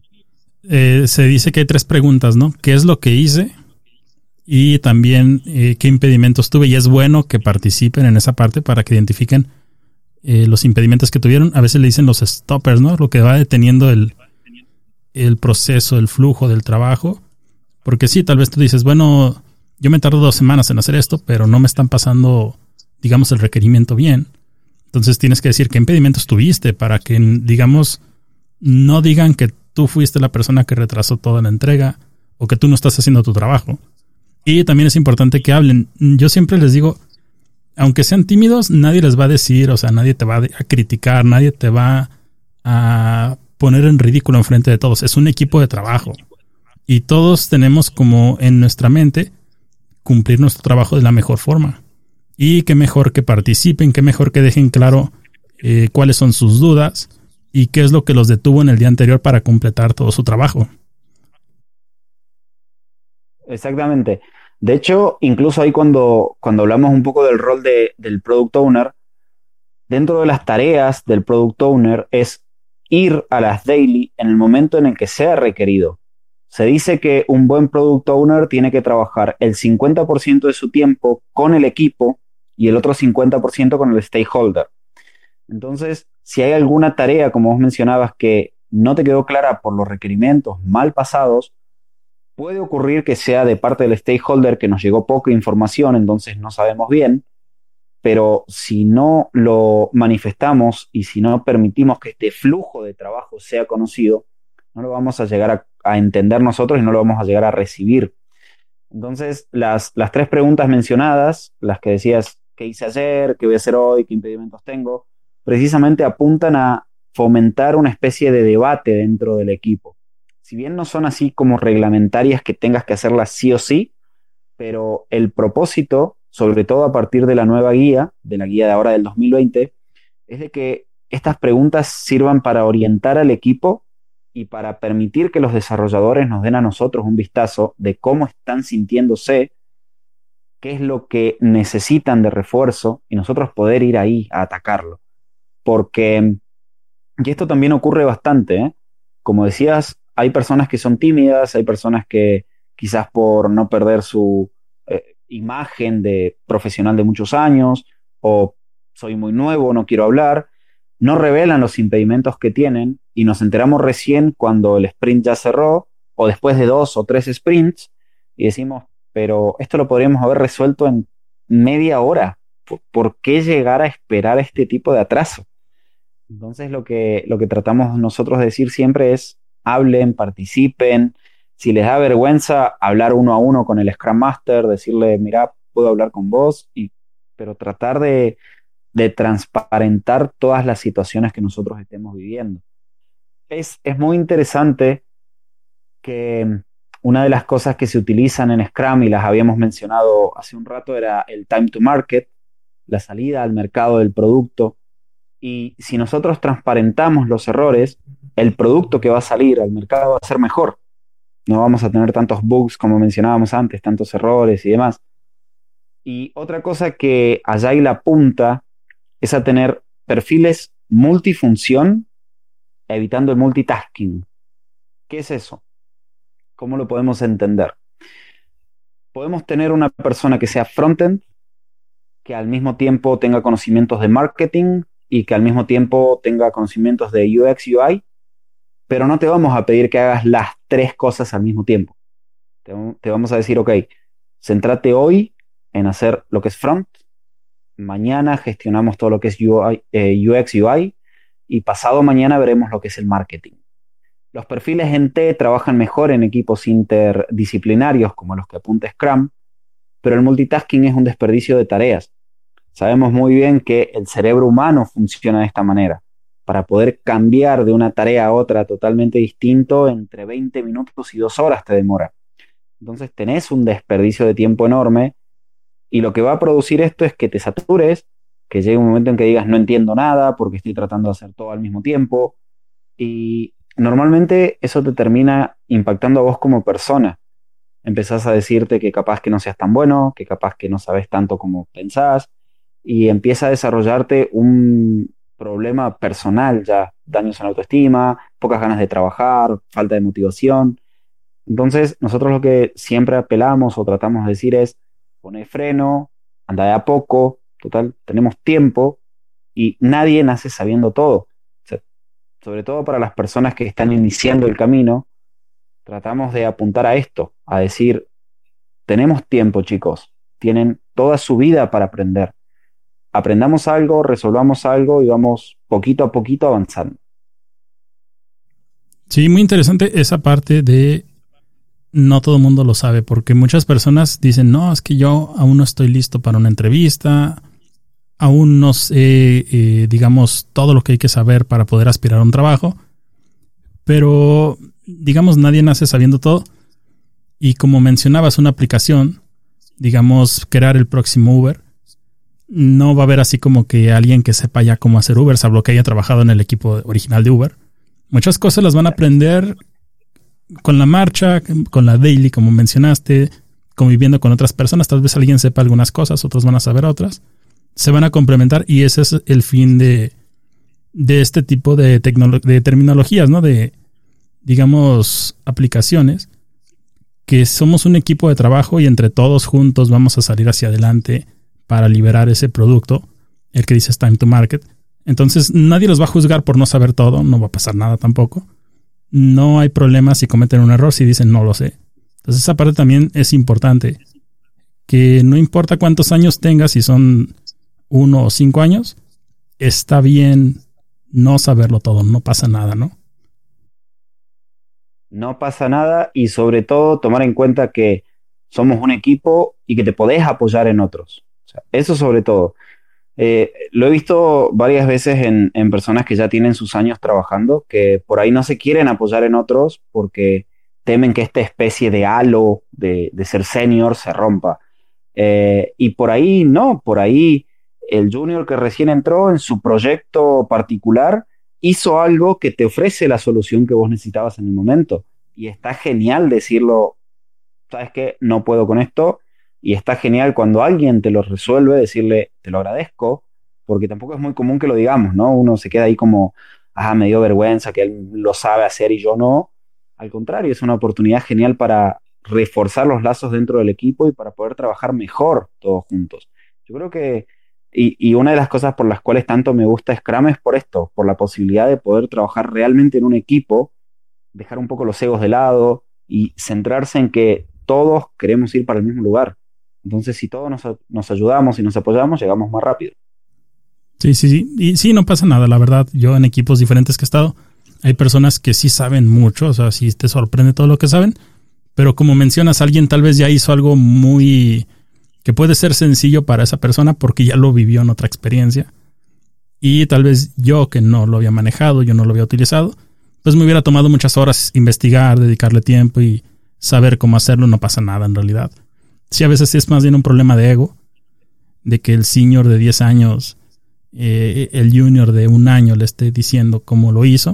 se dice que hay 3 preguntas, ¿no? ¿Qué es lo que hice? Y también qué impedimentos tuve. Y es bueno que participen en esa parte para que identifiquen los impedimentos que tuvieron. A veces le dicen los stoppers, ¿no? Lo que va deteniendo el proceso, el flujo del trabajo. Porque sí, tal vez tú dices, bueno, yo me tardo 2 semanas en hacer esto, pero no me están pasando, digamos, el requerimiento bien. Entonces tienes que decir qué impedimentos tuviste para que, digamos, no digan que tú fuiste la persona que retrasó toda la entrega o que tú no estás haciendo tu trabajo. Y también es importante que hablen. Yo siempre les digo, aunque sean tímidos, nadie les va a decir, o sea, nadie te va a criticar, nadie te va a poner en ridículo enfrente de todos. Es un equipo de trabajo. Y todos tenemos como en nuestra mente cumplir nuestro trabajo de la mejor forma. Y qué mejor que participen, qué mejor que dejen claro cuáles son sus dudas y qué es lo que los detuvo en el día anterior para completar todo su trabajo. Exactamente. De hecho, incluso ahí cuando hablamos un poco del rol del Product Owner, dentro de las tareas del Product Owner es ir a las daily en el momento en el que sea requerido. O Se dice que un buen product owner tiene que trabajar el 50% de su tiempo con el equipo y el otro 50% con el stakeholder. Entonces, si hay alguna tarea, como vos mencionabas, que no te quedó clara por los requerimientos mal pasados, puede ocurrir que sea de parte del stakeholder que nos llegó poca información, entonces no sabemos bien, pero si no lo manifestamos y si no permitimos que este flujo de trabajo sea conocido, no lo vamos a llegar a entender nosotros y no lo vamos a llegar a recibir. Entonces, las tres preguntas mencionadas, las que decías, ¿qué hice ayer? ¿Qué voy a hacer hoy? ¿Qué impedimentos tengo? Precisamente apuntan a fomentar una especie de debate dentro del equipo. Si bien no son así como reglamentarias que tengas que hacerlas sí o sí, pero el propósito, sobre todo a partir de la nueva guía, de la guía de ahora del 2020, es de que estas preguntas sirvan para orientar al equipo y para permitir que los desarrolladores nos den a nosotros un vistazo de cómo están sintiéndose, qué es lo que necesitan de refuerzo y nosotros poder ir ahí a atacarlo. Porque, y esto también ocurre bastante, ¿eh? Como decías, hay personas que son tímidas, hay personas que quizás por no perder su imagen de profesional de muchos años, o soy muy nuevo, no quiero hablar, no revelan los impedimentos que tienen y nos enteramos recién cuando el sprint ya cerró o después de 2 o 3 sprints y decimos, pero esto lo podríamos haber resuelto en media hora. ¿Por qué llegar a esperar este tipo de atraso? Entonces lo que tratamos nosotros de decir siempre es hablen, participen. Si les da vergüenza hablar uno a uno con el Scrum Master, decirle, mira, puedo hablar con vos, pero tratar de transparentar todas las situaciones que nosotros estemos viviendo. Es muy interesante que una de las cosas que se utilizan en Scrum, y las habíamos mencionado hace un rato, era el time to market, la salida al mercado del producto. Y si nosotros transparentamos los errores, el producto que va a salir al mercado va a ser mejor. No vamos a tener tantos bugs como mencionábamos antes, tantos errores y demás. Y otra cosa que Agile apunta es a tener perfiles multifunción, evitando el multitasking. ¿Qué es eso? ¿Cómo lo podemos entender? Podemos tener una persona que sea frontend, que al mismo tiempo tenga conocimientos de marketing y que al mismo tiempo tenga conocimientos de UX, UI, pero no te vamos a pedir que hagas las tres cosas al mismo tiempo. Te vamos a decir, ok, céntrate hoy en hacer lo que es front, mañana gestionamos todo lo que es UX, UI, y pasado mañana veremos lo que es el marketing. Los perfiles en T trabajan mejor en equipos interdisciplinarios como los que apunta Scrum, pero el multitasking es un desperdicio de tareas. Sabemos muy bien que el cerebro humano funciona de esta manera. Para poder cambiar de una tarea a otra totalmente distinto, entre 20 minutos y 2 horas te demora. Entonces tenés un desperdicio de tiempo enorme y lo que va a producir esto es que te satures, que llegue un momento en que digas no entiendo nada porque estoy tratando de hacer todo al mismo tiempo y normalmente eso te termina impactando a vos como persona. Empezás a decirte que capaz que no seas tan bueno, que capaz que no sabes tanto como pensás y empieza a desarrollarte un problema personal ya, daños en la autoestima, pocas ganas de trabajar, falta de motivación. Entonces nosotros lo que siempre apelamos o tratamos de decir es poner freno, anda de a poco, total, tenemos tiempo y nadie nace sabiendo todo. O sea, sobre todo para las personas que están iniciando el camino, tratamos de apuntar a esto, a decir, tenemos tiempo, chicos, tienen toda su vida para aprender. Aprendamos algo, resolvamos algo y vamos poquito a poquito avanzando. Sí, muy interesante esa parte de no todo el mundo lo sabe, porque muchas personas dicen, no, es que yo aún no estoy listo para una entrevista, aún no sé, digamos, todo lo que hay que saber para poder aspirar a un trabajo, pero, digamos, nadie nace sabiendo todo. Y como mencionabas, una aplicación, digamos, crear el próximo Uber, no va a haber así como que alguien que sepa ya cómo hacer Uber, salvo que haya trabajado en el equipo original de Uber. Muchas cosas las van a aprender con la marcha, con la daily, como mencionaste, conviviendo con otras personas. Tal vez alguien sepa algunas cosas, otros van a saber otras. Se van a complementar y ese es el fin de este tipo de terminologías, ¿no? De, digamos, aplicaciones, que somos un equipo de trabajo y entre todos juntos vamos a salir hacia adelante para liberar ese producto, el que dices time to market. Entonces nadie los va a juzgar por no saber todo, no va a pasar nada tampoco. No hay problema si cometen un error, si dicen no lo sé. Entonces esa parte también es importante, que no importa cuántos años tengas, si son 1 o 5 años, está bien no saberlo todo, no pasa nada, ¿no? No pasa nada y sobre todo tomar en cuenta que somos un equipo y que te podés apoyar en otros. O sea, eso sobre todo. Lo he visto varias veces en personas que ya tienen sus años trabajando, que por ahí no se quieren apoyar en otros porque temen que esta especie de halo de ser senior se rompa. Y por ahí no, por ahí el junior que recién entró en su proyecto particular hizo algo que te ofrece la solución que vos necesitabas en el momento. Y está genial decirlo, ¿sabes qué? No puedo con esto. Y está genial cuando alguien te lo resuelve, decirle, te lo agradezco, porque tampoco es muy común que lo digamos, ¿no? Uno se queda ahí como, me dio vergüenza que él lo sabe hacer y yo no. Al contrario, es una oportunidad genial para reforzar los lazos dentro del equipo y para poder trabajar mejor todos juntos. Yo creo que, y una de las cosas por las cuales tanto me gusta Scrum es por esto, por la posibilidad de poder trabajar realmente en un equipo, dejar un poco los egos de lado y centrarse en que todos queremos ir para el mismo lugar. Entonces, si todos nos ayudamos y nos apoyamos, llegamos más rápido. Sí. Y sí, no pasa nada, la verdad. Yo en equipos diferentes que he estado, hay personas que sí saben mucho, o sea, sí te sorprende todo lo que saben, pero como mencionas, alguien tal vez ya hizo algo muy... que puede ser sencillo para esa persona porque ya lo vivió en otra experiencia. Y tal vez yo, que no lo había manejado, yo no lo había utilizado, pues me hubiera tomado muchas horas investigar, dedicarle tiempo y saber cómo hacerlo. No pasa nada en realidad. Sí, a veces es más bien un problema de ego, de que el senior de 10 años, el junior de 1 año le esté diciendo cómo lo hizo.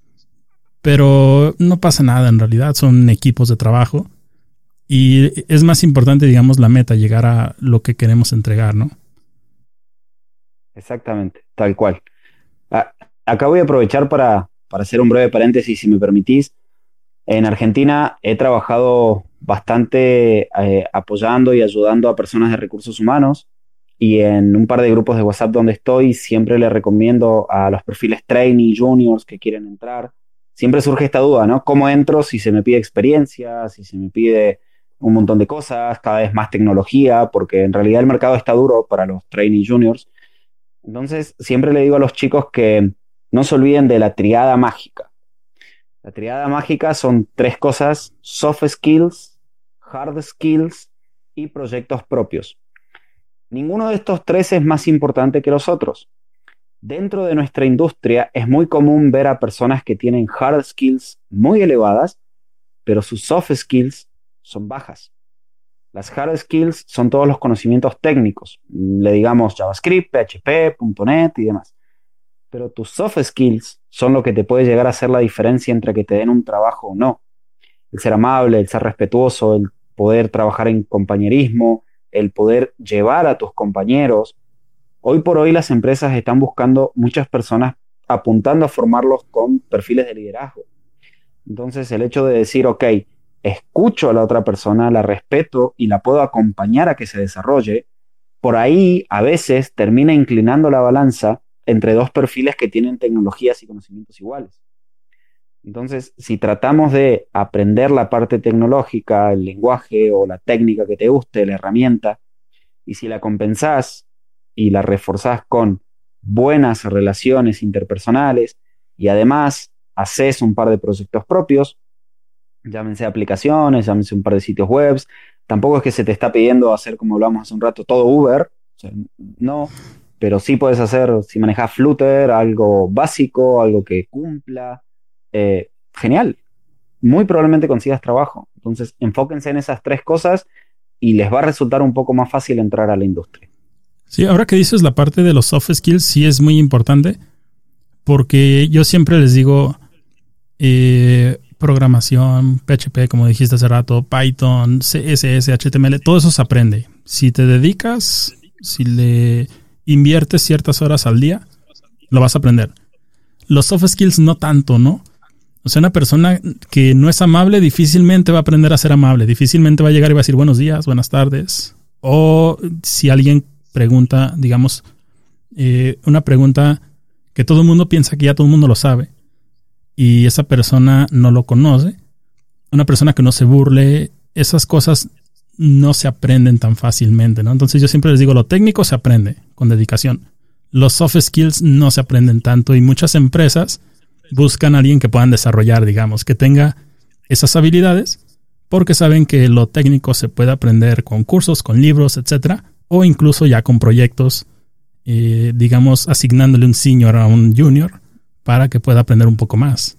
Pero no pasa nada en realidad, son equipos de trabajo. Y es más importante, digamos, la meta, llegar a lo que queremos entregar, ¿no? Exactamente, tal cual. Acá voy a aprovechar para hacer un breve paréntesis, si me permitís. En Argentina he trabajado bastante apoyando y ayudando a personas de recursos humanos y en un par de grupos de WhatsApp donde estoy siempre les recomiendo a los perfiles trainee, juniors que quieren entrar. Siempre surge esta duda, ¿no? ¿Cómo entro si se me pide experiencia, si se me pide un montón de cosas, cada vez más tecnología? Porque en realidad el mercado está duro para los trainee juniors. Entonces siempre le digo a los chicos que no se olviden de la triada mágica. La triada mágica son 3 cosas: soft skills, hard skills y proyectos propios. Ninguno de estos 3 es más importante que los otros. Dentro de nuestra industria es muy común ver a personas que tienen hard skills muy elevadas, pero sus soft skills son bajas. Las hard skills son todos los conocimientos técnicos, le digamos JavaScript, PHP, .NET y demás. Pero tus soft skills son lo que te puede llegar a hacer la diferencia entre que te den un trabajo o no. El ser amable, el ser respetuoso, el poder trabajar en compañerismo, el poder llevar a tus compañeros. Hoy por hoy las empresas están buscando muchas personas apuntando a formarlos con perfiles de liderazgo. Entonces el hecho de decir, ok, escucho a la otra persona, la respeto y la puedo acompañar a que se desarrolle, por ahí a veces termina inclinando la balanza entre 2 perfiles que tienen tecnologías y conocimientos iguales. Entonces, si tratamos de aprender la parte tecnológica, el lenguaje o la técnica que te guste, la herramienta, y si la compensás y la reforzás con buenas relaciones interpersonales y además haces un par de proyectos propios, llámense aplicaciones, llámense un par de sitios web, tampoco es que se te está pidiendo hacer, como hablamos hace un rato, todo Uber, o sea, no, pero sí puedes hacer, si manejas Flutter, algo básico, algo que cumpla, genial, muy probablemente consigas trabajo. Entonces enfóquense en esas 3 cosas y les va a resultar un poco más fácil entrar a la industria. Sí, ahora que dices la parte de los soft skills, sí es muy importante, porque yo siempre les digo, programación, PHP, como dijiste hace rato, Python, CSS, HTML, todo eso se aprende. Si te dedicas, si le inviertes ciertas horas al día, lo vas a aprender. Los soft skills no tanto, ¿no? O sea, una persona que no es amable difícilmente va a aprender a ser amable, difícilmente va a llegar y va a decir buenos días, buenas tardes. O si alguien pregunta, digamos, una pregunta que todo el mundo piensa que ya todo el mundo lo sabe y esa persona no lo conoce, una persona que no se burle, esas cosas no se aprenden tan fácilmente, ¿no? Entonces yo siempre les digo, lo técnico se aprende con dedicación. Los soft skills no se aprenden tanto y muchas empresas buscan a alguien que puedan desarrollar, digamos, que tenga esas habilidades, porque saben que lo técnico se puede aprender con cursos, con libros, etcétera, o incluso ya con proyectos, digamos, asignándole un senior a un junior para que pueda aprender un poco más.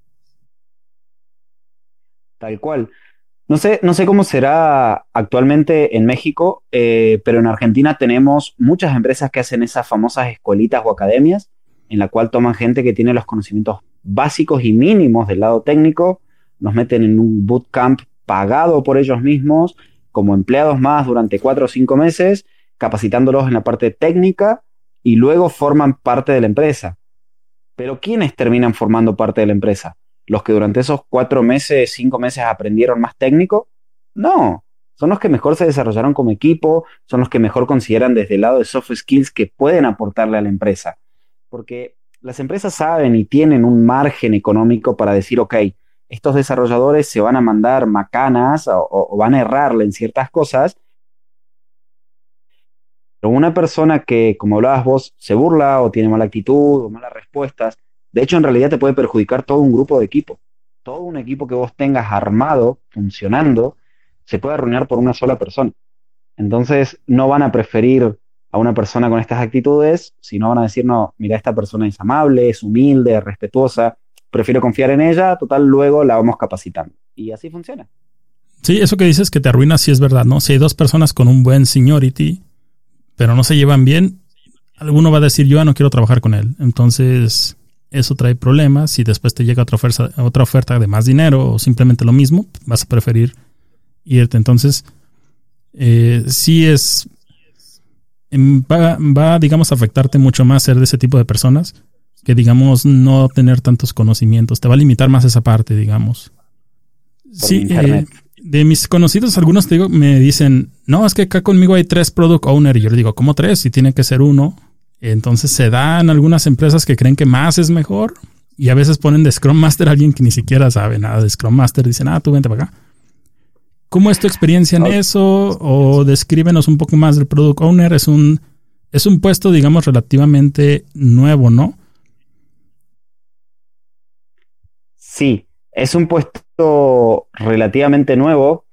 Tal cual. No sé cómo será actualmente en México, pero en Argentina tenemos muchas empresas que hacen esas famosas escuelitas o academias en la cual toman gente que tiene los conocimientos básicos y mínimos del lado técnico, nos meten en un bootcamp pagado por ellos mismos como empleados más durante 4 o 5 meses, capacitándolos en la parte técnica y luego forman parte de la empresa. Pero ¿quiénes terminan formando parte de la empresa? ¿Los que durante esos 4 meses, 5 meses aprendieron más técnico? No, son los que mejor se desarrollaron como equipo, son los que mejor consideran desde el lado de soft skills que pueden aportarle a la empresa. Porque las empresas saben y tienen un margen económico para decir, ok, estos desarrolladores se van a mandar macanas o van a errarle en ciertas cosas, pero una persona que, como hablabas vos, se burla o tiene mala actitud o malas respuestas, de hecho en realidad te puede perjudicar todo un grupo de equipo. Todo un equipo que vos tengas armado, funcionando, se puede arruinar por una sola persona. Entonces no van a preferir a una persona con estas actitudes, sino van a decir, no, mira, esta persona es amable, es humilde, es respetuosa, prefiero confiar en ella, total, luego la vamos capacitando. Y así funciona. Sí, eso que dices que te arruina sí es verdad, ¿no? Si hay dos personas con un buen seniority, pero no se llevan bien, alguno va a decir, yo ya no quiero trabajar con él. Entonces, eso trae problemas. Y después te llega otra oferta de más dinero o simplemente lo mismo, vas a preferir irte. Entonces, sí es... Va, digamos, a afectarte mucho más ser de ese tipo de personas que, digamos, no tener tantos conocimientos. Te va a limitar más esa parte, digamos. Sí, de mis conocidos, algunos te digo, me dicen, no, es que acá conmigo hay 3 product owner. Y yo le digo, ¿cómo 3? Si tiene que ser uno. Entonces se dan algunas empresas que creen que más es mejor. Y a veces ponen de Scrum Master a alguien que ni siquiera sabe nada de Scrum Master. Dicen, tú vente para acá. ¿Cómo es tu experiencia en eso? O descríbenos un poco más del Product Owner. Es un puesto, digamos, relativamente nuevo, ¿no? Sí, es un puesto relativamente nuevo.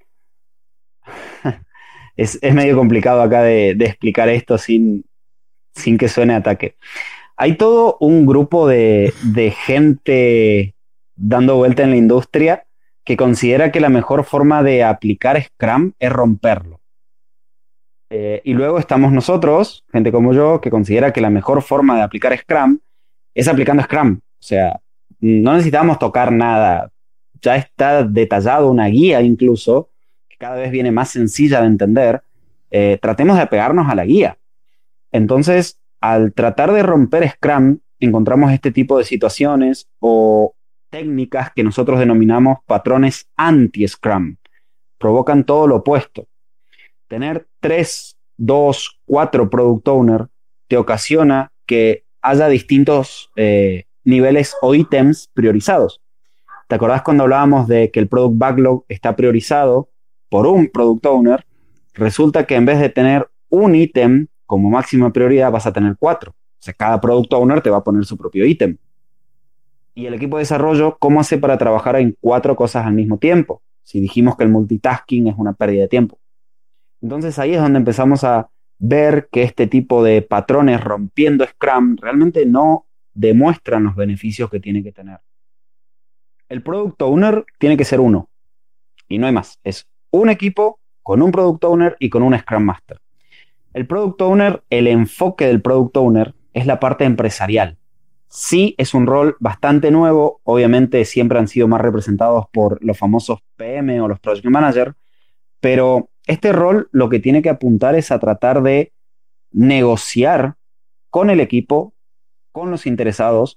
Es medio complicado acá de explicar esto sin que suene ataque. Hay todo un grupo de gente dando vuelta en la industria que considera que la mejor forma de aplicar Scrum es romperlo. Y luego estamos nosotros, gente como yo, que considera que la mejor forma de aplicar Scrum es aplicando Scrum. O sea, no necesitamos tocar nada. Ya está detallado una guía incluso, que cada vez viene más sencilla de entender. Tratemos de apegarnos a la guía. Entonces, al tratar de romper Scrum, encontramos este tipo de situaciones o técnicas que nosotros denominamos patrones anti-Scrum. Provocan todo lo opuesto. Tener 3, 2, 4 product owner te ocasiona que haya distintos niveles o ítems priorizados. ¿Te acordás cuando hablábamos de que el product backlog está priorizado por un product owner? Resulta que en vez de tener un ítem como máxima prioridad vas a tener 4. O sea, cada product owner te va a poner su propio ítem. Y el equipo de desarrollo, ¿cómo hace para trabajar en 4 cosas al mismo tiempo? Si dijimos que el multitasking es una pérdida de tiempo. Entonces ahí es donde empezamos a ver que este tipo de patrones rompiendo Scrum realmente no demuestran los beneficios que tiene que tener. El product owner tiene que ser uno y no hay más. Es un equipo con un product owner y con un Scrum Master. El product owner, el enfoque del product owner es la parte empresarial. Sí, es un rol bastante nuevo. Obviamente siempre han sido más representados por los famosos PM o los Project Manager, pero este rol lo que tiene que apuntar es a tratar de negociar con el equipo, con los interesados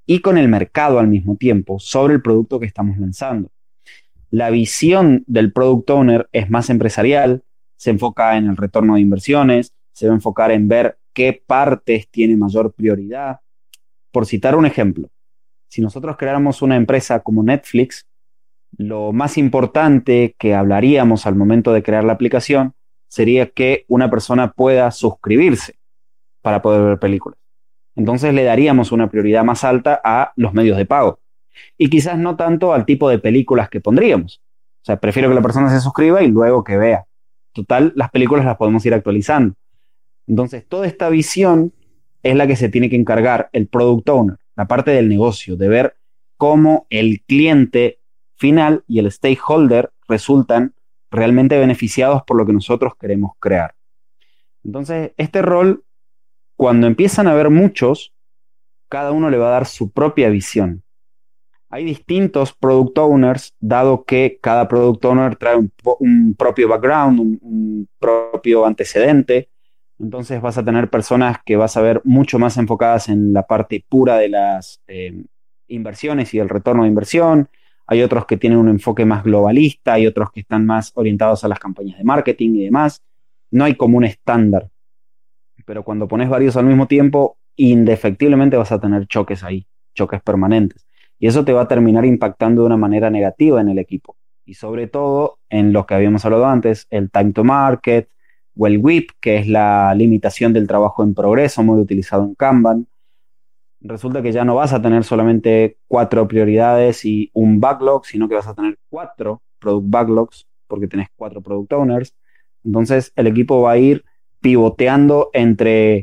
y con el mercado al mismo tiempo sobre el producto que estamos lanzando. La visión del Product Owner es más empresarial, se enfoca en el retorno de inversiones, se va a enfocar en ver qué partes tiene mayor prioridad. Por citar un ejemplo, si nosotros creáramos una empresa como Netflix, lo más importante que hablaríamos al momento de crear la aplicación sería que una persona pueda suscribirse para poder ver películas. Entonces le daríamos una prioridad más alta a los medios de pago. Y quizás no tanto al tipo de películas que pondríamos. O sea, prefiero que la persona se suscriba y luego que vea. Total, las películas las podemos ir actualizando. Entonces, toda esta visión es la que se tiene que encargar el Product Owner, la parte del negocio, de ver cómo el cliente final y el stakeholder resultan realmente beneficiados por lo que nosotros queremos crear. Entonces, este rol, cuando empiezan a haber muchos, cada uno le va a dar su propia visión. Hay distintos product owners, dado que cada product owner trae un propio background, un propio antecedente. Entonces vas a tener personas que vas a ver mucho más enfocadas en la parte pura de las inversiones y el retorno de inversión. Hay otros que tienen un enfoque más globalista, hay otros que están más orientados a las campañas de marketing y demás. No hay como un estándar. Pero cuando pones varios al mismo tiempo, indefectiblemente vas a tener choques ahí, choques permanentes. Y eso te va a terminar impactando de una manera negativa en el equipo. Y sobre todo en lo que habíamos hablado antes, el time to market o el WIP, que es la limitación del trabajo en progreso, muy utilizado en Kanban. Resulta que ya no vas a tener solamente 4 prioridades y un backlog, sino que vas a tener 4 product backlogs, porque tenés 4 product owners. Entonces el equipo va a ir pivoteando entre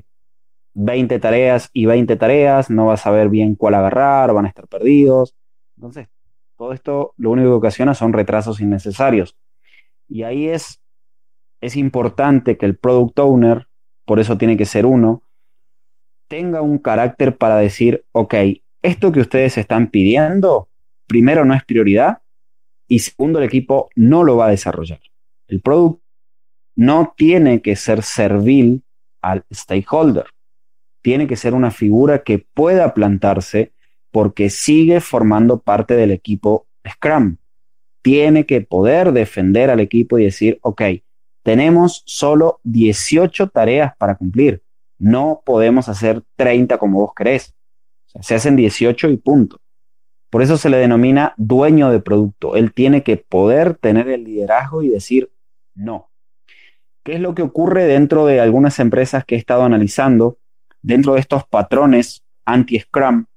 20 tareas y 20 tareas, no vas a saber bien cuál agarrar, van a estar perdidos. Entonces, todo esto lo único que ocasiona son retrasos innecesarios. Y ahí es importante que el product owner, por eso tiene que ser uno, tenga un carácter para decir, ok, esto que ustedes están pidiendo, primero no es prioridad y segundo el equipo no lo va a desarrollar. El product no tiene que ser servil al stakeholder. Tiene que ser una figura que pueda plantarse porque sigue formando parte del equipo Scrum. Tiene que poder defender al equipo y decir, ok, tenemos solo 18 tareas para cumplir. No podemos hacer 30 como vos querés. O sea, se hacen 18 y punto. Por eso se le denomina dueño de producto. Él tiene que poder tener el liderazgo y decir no. ¿Qué es lo que ocurre dentro de algunas empresas que he estado analizando? Dentro de estos patrones anti-Scrum,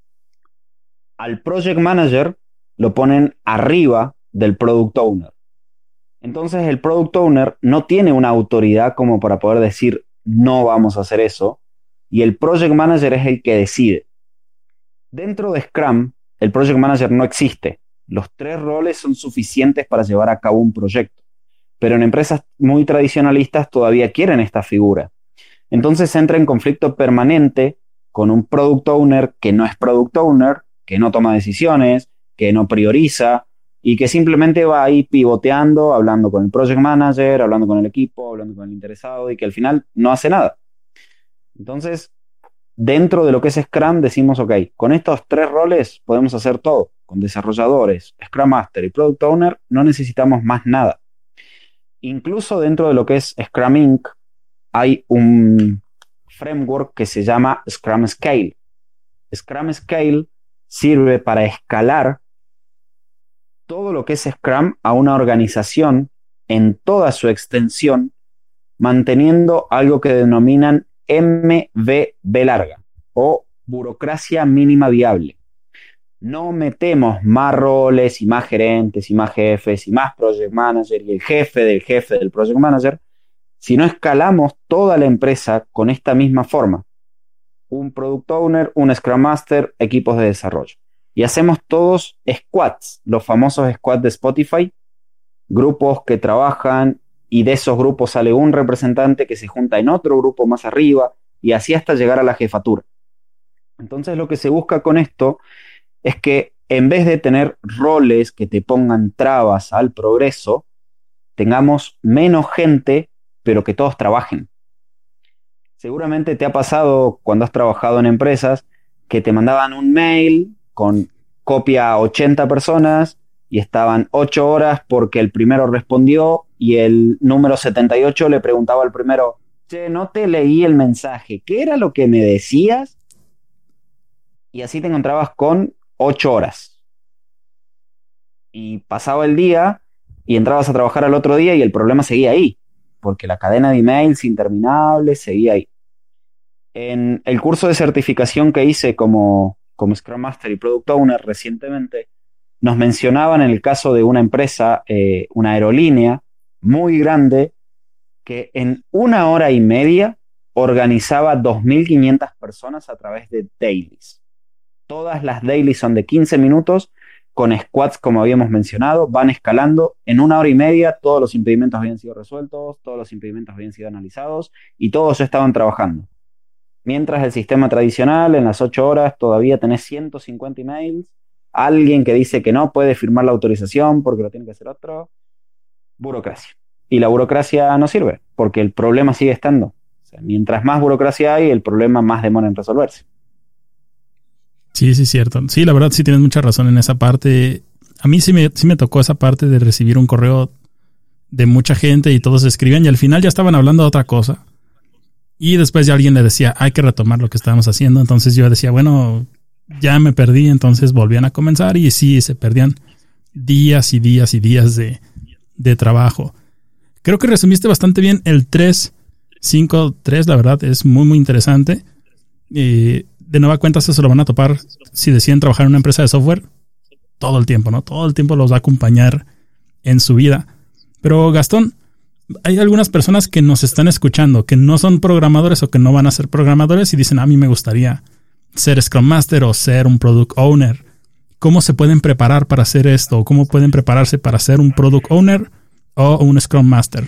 al Project Manager lo ponen arriba del Product Owner. Entonces el Product Owner no tiene una autoridad como para poder decir no vamos a hacer eso, y el Project Manager es el que decide. Dentro de Scrum, el Project Manager no existe. Los 3 roles son suficientes para llevar a cabo un proyecto, pero en empresas muy tradicionalistas todavía quieren esta figura. Entonces entra en conflicto permanente con un product owner que no es product owner, que no toma decisiones, que no prioriza y que simplemente va ahí pivoteando, hablando con el project manager, hablando con el equipo, hablando con el interesado y que al final no hace nada. Entonces, dentro de lo que es Scrum decimos, ok, con estos 3 roles podemos hacer todo. Con desarrolladores, Scrum Master y Product Owner no necesitamos más nada. Incluso dentro de lo que es Scrum Inc., hay un framework que se llama Scrum Scale. Scrum Scale sirve para escalar todo lo que es Scrum a una organización en toda su extensión, manteniendo algo que denominan MVP larga o burocracia mínima viable. No metemos más roles y más gerentes y más jefes y más project manager y el jefe del project manager, si no escalamos toda la empresa con esta misma forma. Un Product Owner, un Scrum Master, equipos de desarrollo. Y hacemos todos squads, los famosos squads de Spotify, grupos que trabajan y de esos grupos sale un representante que se junta en otro grupo más arriba y así hasta llegar a la jefatura. Entonces lo que se busca con esto es que en vez de tener roles que te pongan trabas al progreso, tengamos menos gente pero que todos trabajen. Seguramente te ha pasado cuando has trabajado en empresas que te mandaban un mail con copia a 80 personas y estaban 8 horas porque el primero respondió y el número 78 le preguntaba al primero, che, no te leí el mensaje, ¿qué era lo que me decías? Y así te encontrabas con 8 horas. Y pasaba el día y entrabas a trabajar al otro día y el problema seguía ahí, porque la cadena de emails interminable seguía ahí. En el curso de certificación que hice como Scrum Master y Product Owner recientemente, nos mencionaban en el caso de una empresa, una aerolínea muy grande, que en 1 hora y media organizaba 2.500 personas a través de dailies. Todas las dailies son de 15 minutos, con squads como habíamos mencionado, van escalando. En 1 hora y media todos los impedimentos habían sido resueltos, todos los impedimentos habían sido analizados y todos ya estaban trabajando. Mientras el sistema tradicional, en las 8 horas, todavía tenés 150 emails, alguien que dice que no puede firmar la autorización porque lo tiene que hacer otro. Burocracia. Y la burocracia no sirve, porque el problema sigue estando. O sea, mientras más burocracia hay, el problema más demora en resolverse. Sí, sí, cierto. Sí, la verdad sí tienes mucha razón en esa parte. A mí sí me tocó esa parte de recibir un correo de mucha gente y todos escribían y al final ya estaban hablando de otra cosa. Y después ya alguien le decía, hay que retomar lo que estábamos haciendo. Entonces yo decía, bueno, ya me perdí. Entonces volvían a comenzar y sí, se perdían días y días y días de trabajo. Creo que resumiste bastante bien el 3-5-3, la verdad es muy muy interesante. De nueva cuenta eso se lo van a topar si deciden trabajar en una empresa de software todo el tiempo, ¿no? Todo el tiempo los va a acompañar en su vida. Pero Gastón, hay algunas personas que nos están escuchando que no son programadores o que no van a ser programadores y dicen, a mí me gustaría ser Scrum Master o ser un Product Owner. ¿Cómo se pueden preparar para hacer esto? ¿Cómo pueden prepararse para ser un Product Owner o un Scrum Master?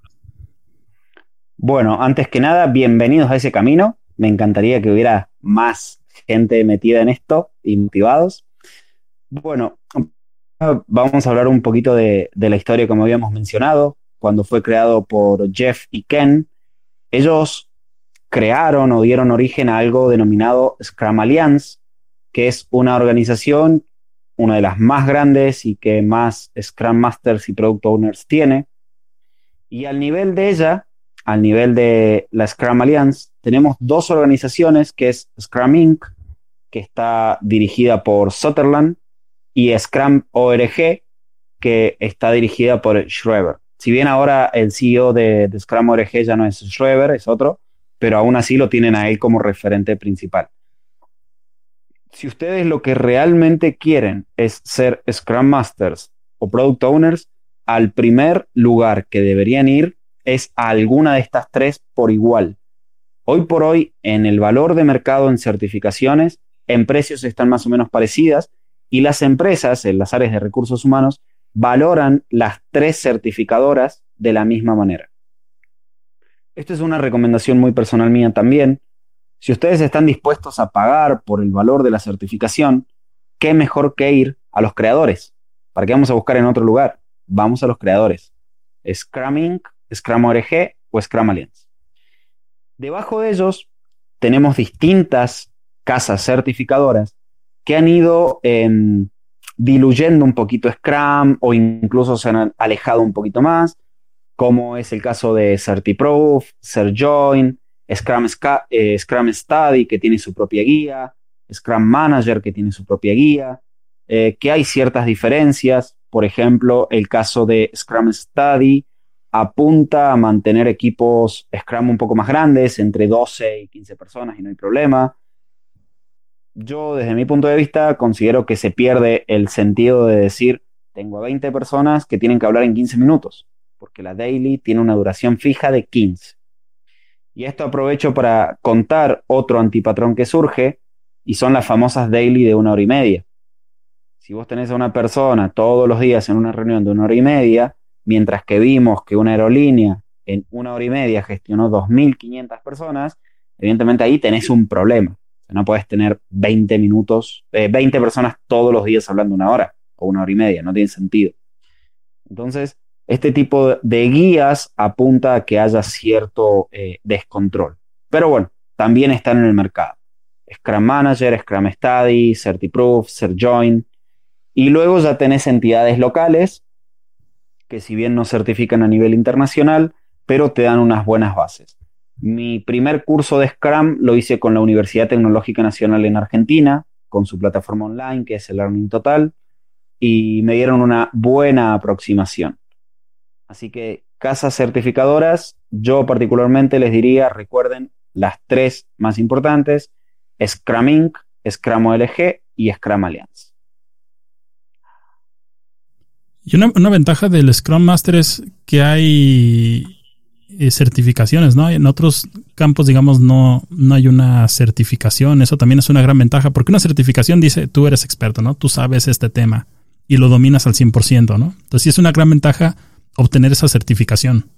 Bueno, antes que nada, bienvenidos a ese camino. Me encantaría que hubiera más gente metida en esto y motivados. Bueno, vamos a hablar un poquito de la historia como habíamos mencionado, cuando fue creado por Jeff y Ken. Ellos crearon o dieron origen a algo denominado Scrum Alliance, que es una organización, una de las más grandes y que más Scrum Masters y Product Owners tiene. Y al nivel de ella, al nivel de la Scrum Alliance, tenemos dos organizaciones, que es Scrum Inc., que está dirigida por Sutherland, y Scrum ORG, que está dirigida por Schreiber. Si bien ahora el CEO de Scrum ORG ya no es Schreiber, es otro, pero aún así lo tienen a él como referente principal. Si ustedes lo que realmente quieren es ser Scrum Masters o Product Owners, al primer lugar que deberían ir es a alguna de estas tres por igual. Hoy por hoy, en el valor de mercado en certificaciones, en precios están más o menos parecidas y las empresas, en las áreas de recursos humanos, valoran las tres certificadoras de la misma manera. Esto es una recomendación muy personal mía también. Si ustedes están dispuestos a pagar por el valor de la certificación, ¿qué mejor que ir a los creadores? ¿Para qué vamos a buscar en otro lugar? Vamos a los creadores. Scrum Inc., Scrum ORG o Scrum Alliance. Debajo de ellos tenemos distintas casas certificadoras que han ido diluyendo un poquito Scrum o incluso se han alejado un poquito más, como es el caso de CertiProof, CertJoin, Scrum Study, que tiene su propia guía, Scrum Manager, que tiene su propia guía, que hay ciertas diferencias. Por ejemplo, el caso de Scrum Study apunta a mantener equipos Scrum un poco más grandes, entre 12 y 15 personas y no hay problema. Yo, desde mi punto de vista, considero que se pierde el sentido de decir, tengo a 20 personas que tienen que hablar en 15 minutos, porque la daily tiene una duración fija de 15. Y esto aprovecho para contar otro antipatrón que surge, y son las famosas daily de 1 hora y media. Si vos tenés a una persona todos los días en una reunión de 1 hora y media, mientras que vimos que una aerolínea en 1 hora y media gestionó 2.500 personas, evidentemente ahí tenés un problema. No puedes tener 20 personas todos los días hablando 1 hora o 1 hora y media, no tiene sentido. Entonces, este tipo de guías apunta a que haya cierto descontrol. Pero bueno, también están en el mercado. Scrum Manager, Scrum Study, CertiProof, CertJoin. Y luego ya tenés entidades locales que si bien no certifican a nivel internacional, pero te dan unas buenas bases. Mi primer curso de Scrum lo hice con la Universidad Tecnológica Nacional en Argentina, con su plataforma online, que es el Learning Total, y me dieron una buena aproximación. Así que casas certificadoras, yo particularmente les diría, recuerden las tres más importantes: Scrum Inc., Scrum OLG y Scrum Alliance. Y una ventaja del Scrum Master es que hay certificaciones, ¿no? En otros campos, digamos, no hay una certificación. Eso también es una gran ventaja, porque una certificación dice, tú eres experto, ¿no? Tú sabes este tema y lo dominas al 100%, ¿no? Entonces sí es una gran ventaja obtener esa certificación.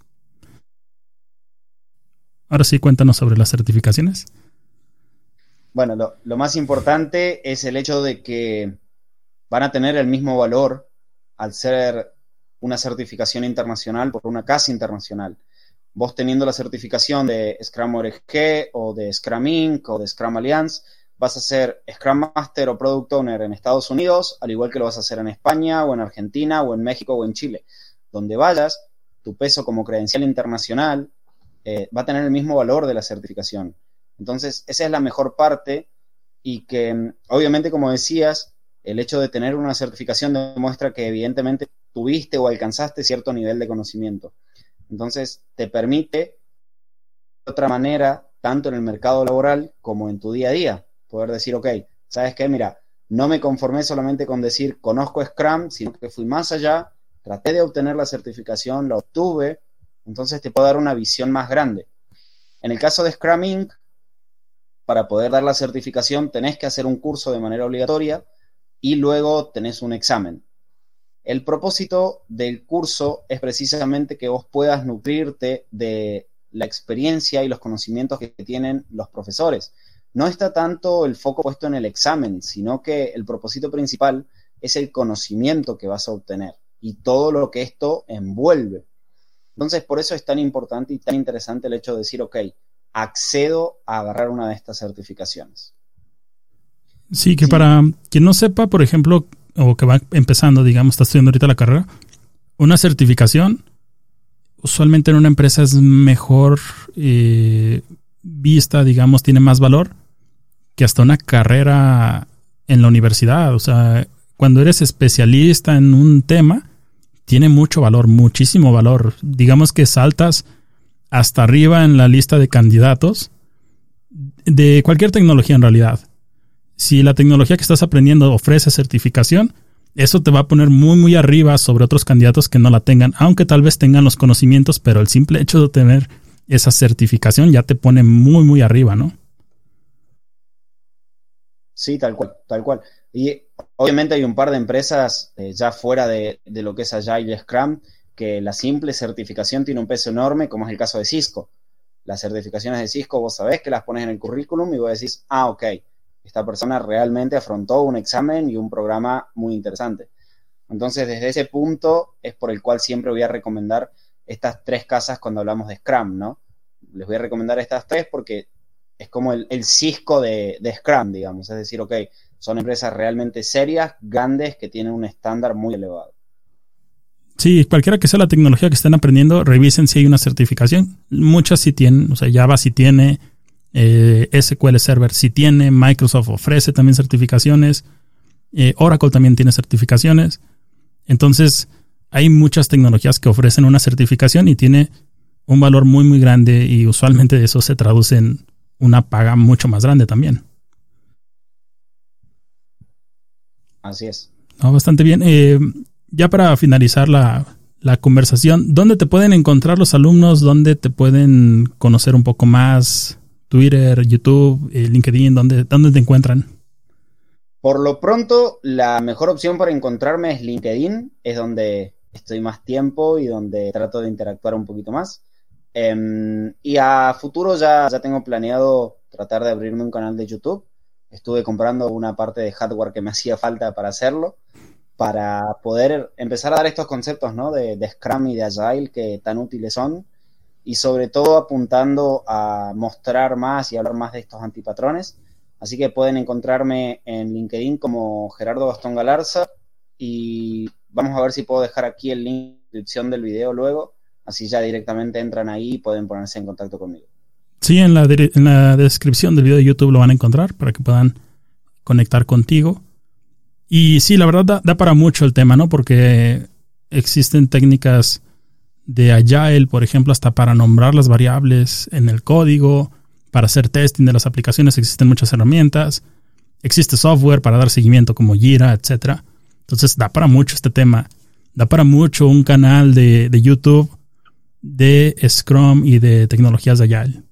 Ahora sí, cuéntanos sobre las certificaciones. Bueno, lo más importante es el hecho de que van a tener el mismo valor al ser una certificación internacional por una casa internacional. Vos teniendo la certificación de Scrum ORG o de Scrum Inc. o de Scrum Alliance, vas a ser Scrum Master o Product Owner en Estados Unidos, al igual que lo vas a hacer en España o en Argentina o en México o en Chile. Donde vayas, tu peso como credencial internacional va a tener el mismo valor de la certificación. Entonces, esa es la mejor parte, y que obviamente, como decías, el hecho de tener una certificación demuestra que evidentemente tuviste o alcanzaste cierto nivel de conocimiento. Entonces, te permite de otra manera, tanto en el mercado laboral como en tu día a día, poder decir, ok, ¿sabes qué? Mira, no me conformé solamente con decir conozco Scrum, sino que fui más allá, traté de obtener la certificación, la obtuve, entonces te puedo dar una visión más grande. En el caso de Scrum Inc., para poder dar la certificación tenés que hacer un curso de manera obligatoria y luego tenés un examen. El propósito del curso es precisamente que vos puedas nutrirte de la experiencia y los conocimientos que tienen los profesores. No está tanto el foco puesto en el examen, sino que el propósito principal es el conocimiento que vas a obtener y todo lo que esto envuelve. Entonces, por eso es tan importante y tan interesante el hecho de decir, ok, accedo a agarrar una de estas certificaciones. Sí, que sí. Para quien no sepa, por ejemplo, o que va empezando, digamos, está estudiando ahorita la carrera, una certificación usualmente en una empresa es mejor vista, digamos, tiene más valor que hasta una carrera en la universidad. O sea, cuando eres especialista en un tema, tiene mucho valor, muchísimo valor. Digamos que saltas hasta arriba en la lista de candidatos de cualquier tecnología en realidad. Si la tecnología que estás aprendiendo ofrece certificación, eso te va a poner muy, muy arriba sobre otros candidatos que no la tengan, aunque tal vez tengan los conocimientos, pero el simple hecho de tener esa certificación ya te pone muy, muy arriba, ¿no? Sí, tal cual, tal cual. Y obviamente hay un par de empresas ya fuera de lo que es Agile y Scrum, que la simple certificación tiene un peso enorme, como es el caso de Cisco. Las certificaciones de Cisco, vos sabés que las pones en el currículum y vos decís, ok, esta persona realmente afrontó un examen y un programa muy interesante. Entonces, desde ese punto es por el cual siempre voy a recomendar estas tres casas cuando hablamos de Scrum, ¿no? Les voy a recomendar estas tres porque es como el Cisco de Scrum, digamos. Es decir, ok, son empresas realmente serias, grandes, que tienen un estándar muy elevado. Sí, cualquiera que sea la tecnología que estén aprendiendo, revisen si hay una certificación. Muchas sí tienen, o sea, Java sí tiene, SQL Server sí tiene, Microsoft ofrece también certificaciones, Oracle también tiene certificaciones. Entonces, hay muchas tecnologías que ofrecen una certificación y tiene un valor muy, muy grande, y usualmente eso se traduce en una paga mucho más grande también. Así es. No, bastante bien. Ya para finalizar la conversación, ¿dónde te pueden encontrar los alumnos? ¿Dónde te pueden conocer un poco más? Twitter, YouTube, LinkedIn, ¿dónde te encuentran? Por lo pronto, la mejor opción para encontrarme es LinkedIn, es donde estoy más tiempo y donde trato de interactuar un poquito más. Y a futuro ya tengo planeado tratar de abrirme un canal de YouTube. Estuve comprando una parte de hardware que me hacía falta para hacerlo, para poder empezar a dar estos conceptos, ¿no? de Scrum y de Agile que tan útiles son, y sobre todo apuntando a mostrar más y hablar más de estos antipatrones, Así que pueden encontrarme en LinkedIn como Gerardo Gastón Galarza y vamos a ver si puedo dejar aquí el link de descripción del video luego, así ya directamente entran ahí y pueden ponerse en contacto conmigo. Sí, en la descripción del video de YouTube lo van a encontrar para que puedan conectar contigo. Y sí, la verdad da para mucho el tema, ¿no? Porque existen técnicas de Agile, por ejemplo, hasta para nombrar las variables en el código, para hacer testing de las aplicaciones existen muchas herramientas. Existe software para dar seguimiento como Jira, etcétera. Entonces da para mucho este tema. Da para mucho un canal de YouTube de Scrum y de tecnologías de Agile.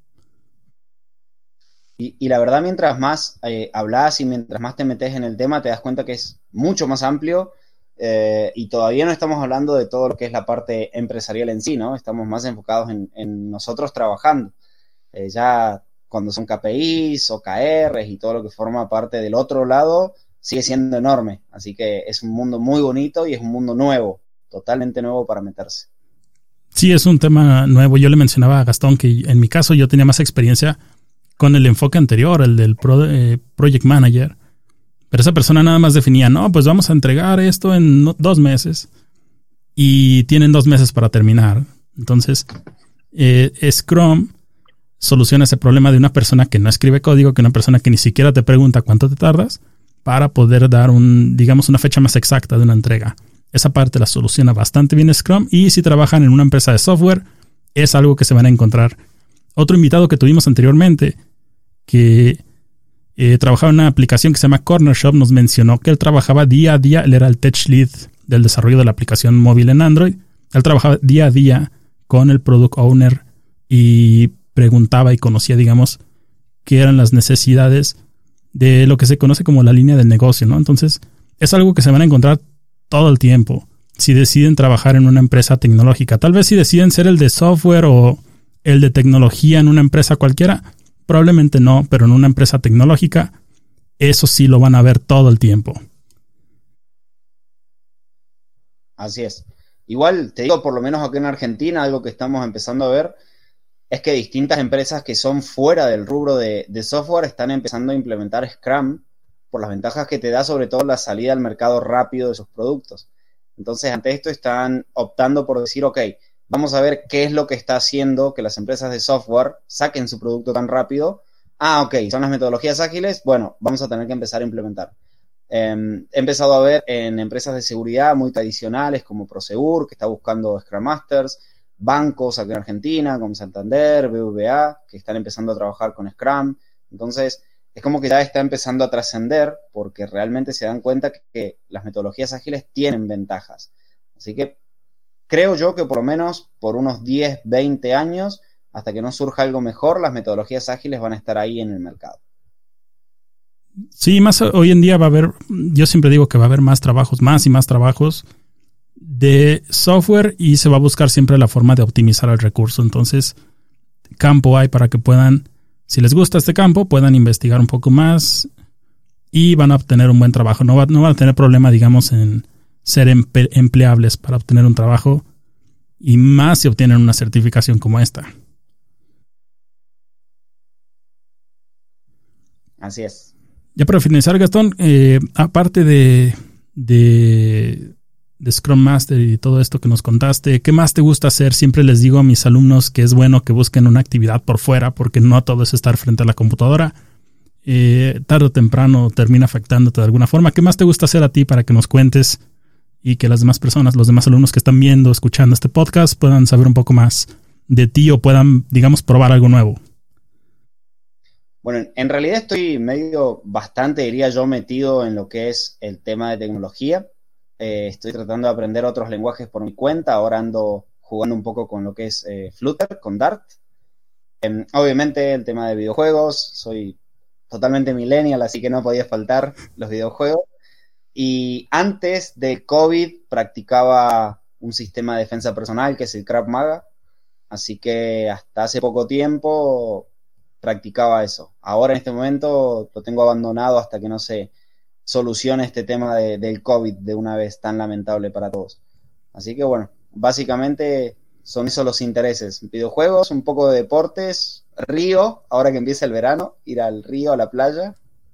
Y la verdad, mientras más hablas y mientras más te metes en el tema, te das cuenta que es mucho más amplio y todavía no estamos hablando de todo lo que es la parte empresarial en sí, ¿no? Estamos más enfocados en nosotros trabajando. Ya cuando son KPIs, OKRs y todo lo que forma parte del otro lado, sigue siendo enorme. Así que es un mundo muy bonito y es un mundo nuevo, totalmente nuevo para meterse. Sí, es un tema nuevo. Yo le mencionaba a Gastón que en mi caso yo tenía más experiencia con el enfoque anterior, el del Project Manager. Pero esa persona nada más definía, no, pues vamos a entregar esto en 2 meses. Y tienen 2 meses para terminar. Entonces, Scrum soluciona ese problema de una persona que no escribe código, que una persona que ni siquiera te pregunta cuánto te tardas, para poder dar una fecha más exacta de una entrega. Esa parte la soluciona bastante bien Scrum. Y si trabajan en una empresa de software, es algo que se van a encontrar. Otro invitado que tuvimos anteriormente, que trabajaba en una aplicación que se llama Corner Shop, nos mencionó que él trabajaba día a día. Él era el tech lead del desarrollo de la aplicación móvil en Android. Él trabajaba día a día con el product owner y preguntaba y conocía, digamos, qué eran las necesidades de lo que se conoce como la línea del negocio, ¿no? Entonces, es algo que se van a encontrar todo el tiempo si deciden trabajar en una empresa tecnológica. Tal vez si deciden ser el de software o el de tecnología en una empresa cualquiera, probablemente no, pero en una empresa tecnológica, eso sí lo van a ver todo el tiempo. Así es. Igual, te digo, por lo menos aquí en Argentina, algo que estamos empezando a ver es que distintas empresas que son fuera del rubro de software están empezando a implementar Scrum por las ventajas que te da, sobre todo la salida al mercado rápido de sus productos. Entonces, ante esto están optando por decir, ok, vamos a ver qué es lo que está haciendo que las empresas de software saquen su producto tan rápido. Ah, ok, son las metodologías ágiles. Bueno, vamos a tener que empezar a implementar. He empezado a ver en empresas de seguridad muy tradicionales como Prosegur, que está buscando Scrum Masters, bancos aquí en Argentina como Santander, BBVA, que están empezando a trabajar con Scrum. Entonces, es como que ya está empezando a trascender porque realmente se dan cuenta que las metodologías ágiles tienen ventajas. Así que creo yo que por lo menos por unos 10, 20 años, hasta que no surja algo mejor, las metodologías ágiles van a estar ahí en el mercado. Sí, más hoy en día va a haber, yo siempre digo que va a haber más y más trabajos de software y se va a buscar siempre la forma de optimizar el recurso. Entonces, campo hay para que puedan, si les gusta este campo, puedan investigar un poco más y van a obtener un buen trabajo. No van a tener problema, digamos, en ser empleables para obtener un trabajo y más si obtienen una certificación como esta. Así es. Ya para finalizar, Gastón, aparte de Scrum Master y todo esto que nos contaste, ¿qué más te gusta hacer? Siempre les digo a mis alumnos que es bueno que busquen una actividad por fuera porque no todo es estar frente a la computadora. Tarde o temprano termina afectándote de alguna forma. ¿Qué más te gusta hacer a ti para que nos cuentes y que las demás personas, los demás alumnos que están viendo, escuchando este podcast puedan saber un poco más de ti o puedan, digamos, probar algo nuevo? Bueno, en realidad estoy bastante, diría yo, metido en lo que es el tema de tecnología. Estoy tratando de aprender otros lenguajes por mi cuenta. Ahora ando jugando un poco con lo que es Flutter, con Dart. Obviamente el tema de videojuegos. Soy totalmente millennial, así que no podía faltar los videojuegos. Y antes del COVID practicaba un sistema de defensa personal que es el Krav Maga. Así que hasta hace poco tiempo practicaba eso. Ahora en este momento lo tengo abandonado hasta que no se solucione este tema del COVID de una vez tan lamentable para todos. Así que bueno, básicamente son esos los intereses. Videojuegos, un poco de deportes, río, ahora que empieza el verano, ir al río, a la playa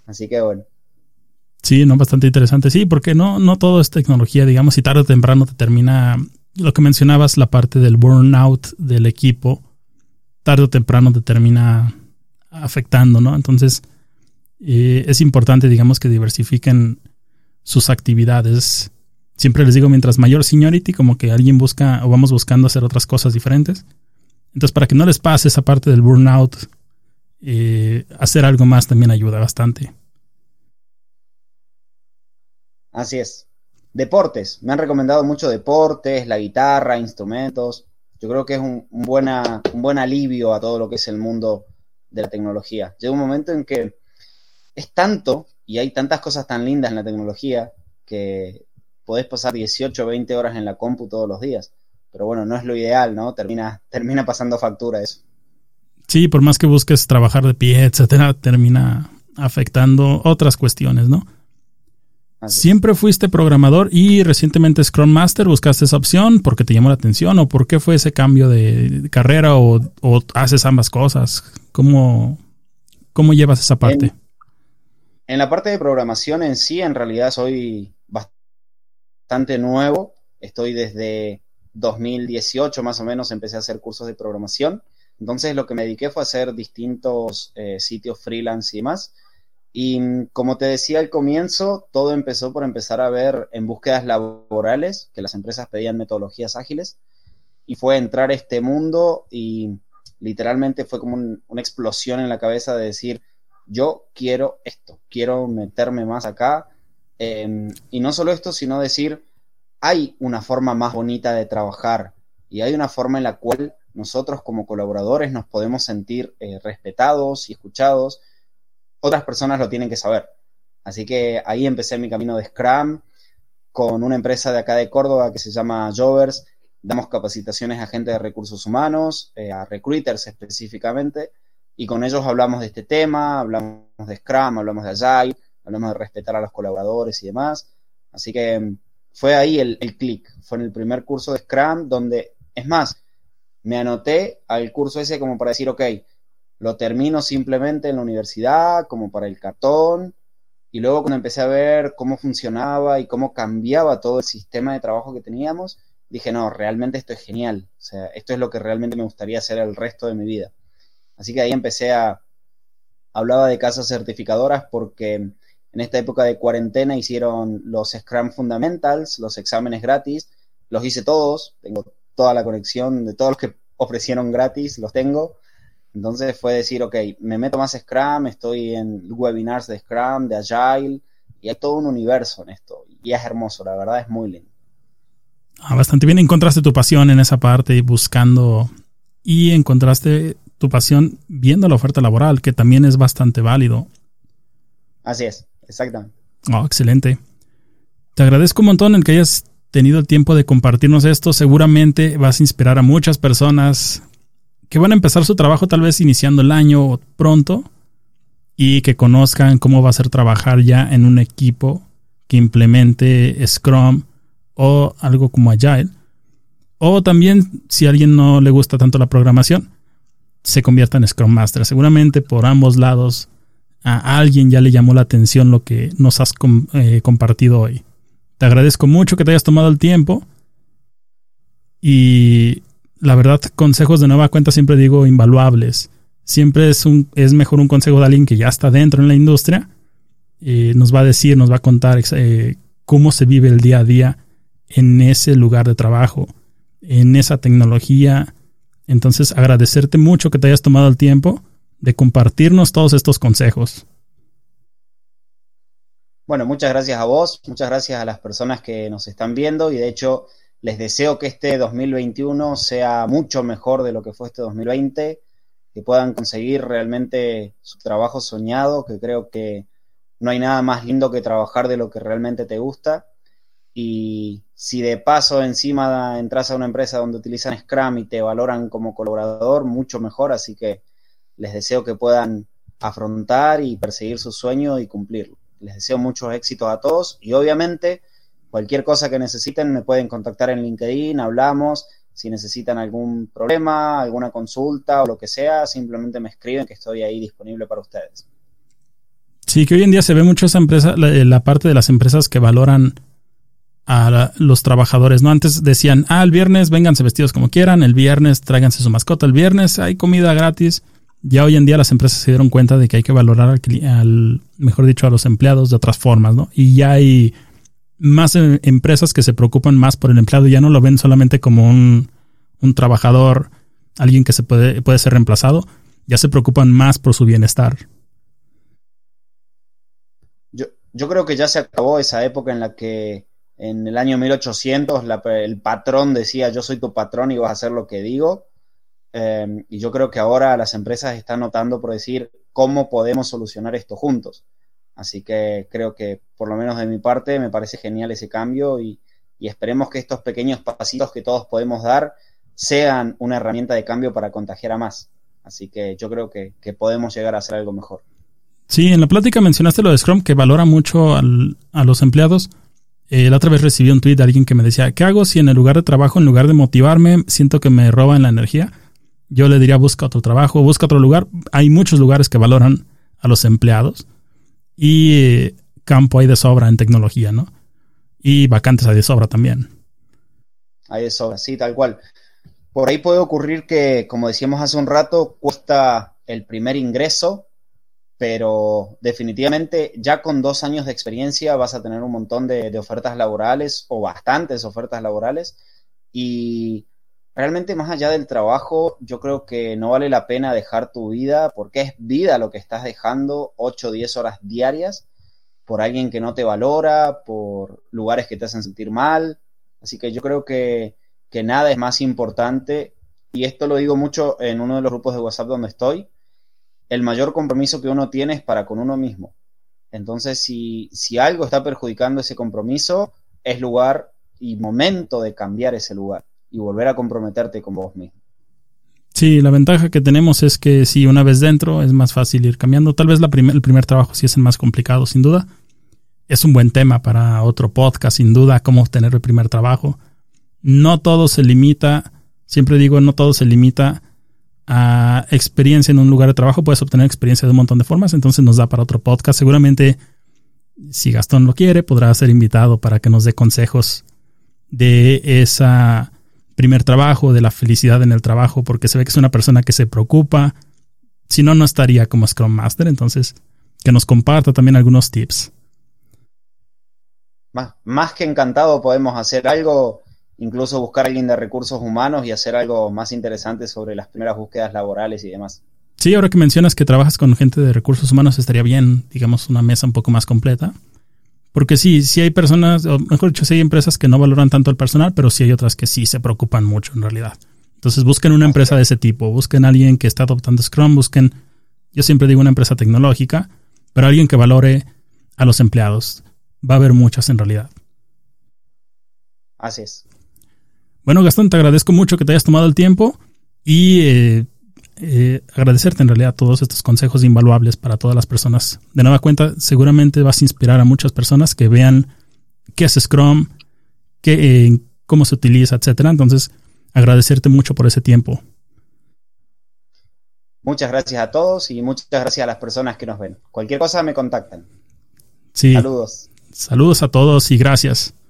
Así que bueno. Sí, no, bastante interesante. Sí, porque no todo es tecnología, digamos, y tarde o temprano te termina, lo que mencionabas, la parte del burnout del equipo, tarde o temprano te termina afectando, ¿no? Entonces, es importante, digamos, que diversifiquen sus actividades. Siempre les digo, mientras mayor seniority, como que alguien busca o vamos buscando hacer otras cosas diferentes. Entonces, para que no les pase esa parte del burnout, hacer algo más también ayuda bastante. Así es. Deportes. Me han recomendado mucho deportes, la guitarra, instrumentos. Yo creo que es un buen alivio a todo lo que es el mundo de la tecnología. Llega un momento en que es tanto y hay tantas cosas tan lindas en la tecnología que podés pasar 18 o 20 horas en la compu todos los días. Pero bueno, no es lo ideal, ¿no? Termina pasando factura eso. Sí, por más que busques trabajar de pie, etcétera, termina afectando otras cuestiones, ¿no? ¿Siempre fuiste programador y recientemente Scrum Master? ¿Buscaste esa opción porque te llamó la atención o por qué fue ese cambio de carrera o haces ambas cosas? ¿Cómo llevas esa parte? En la parte de programación en sí, en realidad soy bastante nuevo. Estoy desde 2018 más o menos, empecé a hacer cursos de programación. Entonces lo que me dediqué fue a hacer distintos sitios freelance y demás. Y como te decía al comienzo, todo empezó por empezar a ver en búsquedas laborales, que las empresas pedían metodologías ágiles, y fue entrar a este mundo y literalmente fue como una explosión en la cabeza de decir, yo quiero esto, quiero meterme más acá, y no solo esto, sino decir, hay una forma más bonita de trabajar y hay una forma en la cual nosotros como colaboradores nos podemos sentir respetados y escuchados. Otras personas lo tienen que saber. Así que ahí empecé mi camino de Scrum con una empresa de acá de Córdoba que se llama Jovers. Damos capacitaciones a gente de recursos humanos, a recruiters específicamente, y con ellos hablamos de este tema, hablamos de Scrum, hablamos de Agile, hablamos de respetar a los colaboradores y demás. Así que fue ahí el clic. Fue en el primer curso de Scrum donde, es más, me anoté al curso ese como para decir, ok, lo termino simplemente en la universidad, como para el cartón, y luego cuando empecé a ver cómo funcionaba y cómo cambiaba todo el sistema de trabajo que teníamos, dije, no, realmente esto es genial, o sea, esto es lo que realmente me gustaría hacer el resto de mi vida. Así que ahí hablaba de casas certificadoras porque en esta época de cuarentena hicieron los Scrum Fundamentals, los exámenes gratis, los hice todos, tengo toda la conexión de todos los que ofrecieron gratis, los tengo. Entonces fue decir, ok, me meto más Scrum, estoy en webinars de Scrum, de Agile, y hay todo un universo en esto. Y es hermoso, la verdad es muy lindo. Bastante bien, encontraste tu pasión en esa parte buscando y encontraste tu pasión viendo la oferta laboral, que también es bastante válido. Así es, exactamente. Oh, excelente. Te agradezco un montón el que hayas tenido el tiempo de compartirnos esto. Seguramente vas a inspirar a muchas personas que van a empezar su trabajo tal vez iniciando el año pronto y que conozcan cómo va a ser trabajar ya en un equipo que implemente Scrum o algo como Agile. O también, si a alguien no le gusta tanto la programación, se convierta en Scrum Master. Seguramente por ambos lados a alguien ya le llamó la atención lo que nos has compartido hoy. Te agradezco mucho que te hayas tomado el tiempo y la verdad, consejos de nueva cuenta siempre digo invaluables. Siempre es mejor un consejo de alguien que ya está dentro en la industria. Nos va a decir, nos va a contar cómo se vive el día a día en ese lugar de trabajo, en esa tecnología. Entonces, agradecerte mucho que te hayas tomado el tiempo de compartirnos todos estos consejos. Bueno, muchas gracias a vos, muchas gracias a las personas que nos están viendo y de hecho les deseo que este 2021 sea mucho mejor de lo que fue este 2020, que puedan conseguir realmente su trabajo soñado, que creo que no hay nada más lindo que trabajar de lo que realmente te gusta. Y si de paso encima entras a una empresa donde utilizan Scrum y te valoran como colaborador, mucho mejor. Así que les deseo que puedan afrontar y perseguir su sueño y cumplirlo. Les deseo muchos éxitos a todos y obviamente cualquier cosa que necesiten me pueden contactar en LinkedIn, hablamos. Si necesitan algún problema, alguna consulta o lo que sea, simplemente me escriben que estoy ahí disponible para ustedes. Sí, que hoy en día se ve mucho esa empresa, la parte de las empresas que valoran a los trabajadores, ¿no? Antes decían, el viernes vénganse vestidos como quieran, el viernes tráiganse su mascota, el viernes hay comida gratis. Ya hoy en día las empresas se dieron cuenta de que hay que valorar mejor dicho, a los empleados de otras formas, ¿no? Y ya hay más empresas que se preocupan más por el empleado, ya no lo ven solamente como un trabajador, alguien que puede ser reemplazado, ya se preocupan más por su bienestar. Yo creo que ya se acabó esa época en la que en el año 1800 el patrón decía yo soy tu patrón y vas a hacer lo que digo. Y yo creo que ahora las empresas están optando por decir cómo podemos solucionar esto juntos. Así que creo que por lo menos de mi parte me parece genial ese cambio y esperemos que estos pequeños pasitos que todos podemos dar sean una herramienta de cambio para contagiar a más. Así que yo creo que podemos llegar a hacer algo mejor. Sí, en la plática mencionaste lo de Scrum, que valora mucho a los empleados. La otra vez recibí un tweet de alguien que me decía, ¿qué hago si en el lugar de trabajo, en lugar de motivarme, siento que me roban la energía? Yo le diría, busca otro trabajo, busca otro lugar. Hay muchos lugares que valoran a los empleados y campo hay de sobra en tecnología, ¿no? Y vacantes hay de sobra también. Hay de sobra, sí, tal cual. Por ahí puede ocurrir que, como decíamos hace un rato, cuesta el primer ingreso, pero definitivamente ya con 2 años de experiencia vas a tener un montón de ofertas laborales o bastantes ofertas laborales y realmente más allá del trabajo yo creo que no vale la pena dejar tu vida porque es vida lo que estás dejando 8 o 10 horas diarias por alguien que no te valora, por lugares que te hacen sentir mal, así que yo creo que nada es más importante y esto lo digo mucho en uno de los grupos de WhatsApp donde estoy. El mayor compromiso que uno tiene es para con uno mismo. Entonces, si algo está perjudicando ese compromiso, es lugar y momento de cambiar ese lugar y volver a comprometerte con vos mismo. Sí, la ventaja que tenemos es que si una vez dentro es más fácil ir cambiando. Tal vez el primer trabajo sí es el más complicado, sin duda. Es un buen tema para otro podcast, sin duda, cómo obtener el primer trabajo. No todo se limita, siempre digo, no todo se limita a experiencia en un lugar de trabajo. Puedes obtener experiencia de un montón de formas, entonces nos da para otro podcast. Seguramente, si Gastón lo quiere, podrá ser invitado para que nos dé consejos de ese primer trabajo, de la felicidad en el trabajo, porque se ve que es una persona que se preocupa. Si no, no estaría como Scrum Master, entonces que nos comparta también algunos tips. Más que encantado podemos hacer algo, incluso buscar a alguien de recursos humanos y hacer algo más interesante sobre las primeras búsquedas laborales y demás. Sí, ahora que mencionas que trabajas con gente de recursos humanos, estaría bien, digamos, una mesa un poco más completa. Porque sí hay personas, o mejor dicho, sí hay empresas que no valoran tanto el personal, pero sí hay otras que sí se preocupan mucho en realidad. Entonces busquen una empresa de ese tipo, busquen a alguien que está adoptando Scrum, yo siempre digo una empresa tecnológica, pero alguien que valore a los empleados. Va a haber muchas en realidad. Así es. Bueno, Gastón, te agradezco mucho que te hayas tomado el tiempo y agradecerte en realidad todos estos consejos invaluables para todas las personas. De nueva cuenta, seguramente vas a inspirar a muchas personas que vean qué es Scrum, cómo se utiliza, etcétera. Entonces, agradecerte mucho por ese tiempo. Muchas gracias a todos y muchas gracias a las personas que nos ven. Cualquier cosa me contactan. Sí. Saludos. Saludos a todos y gracias.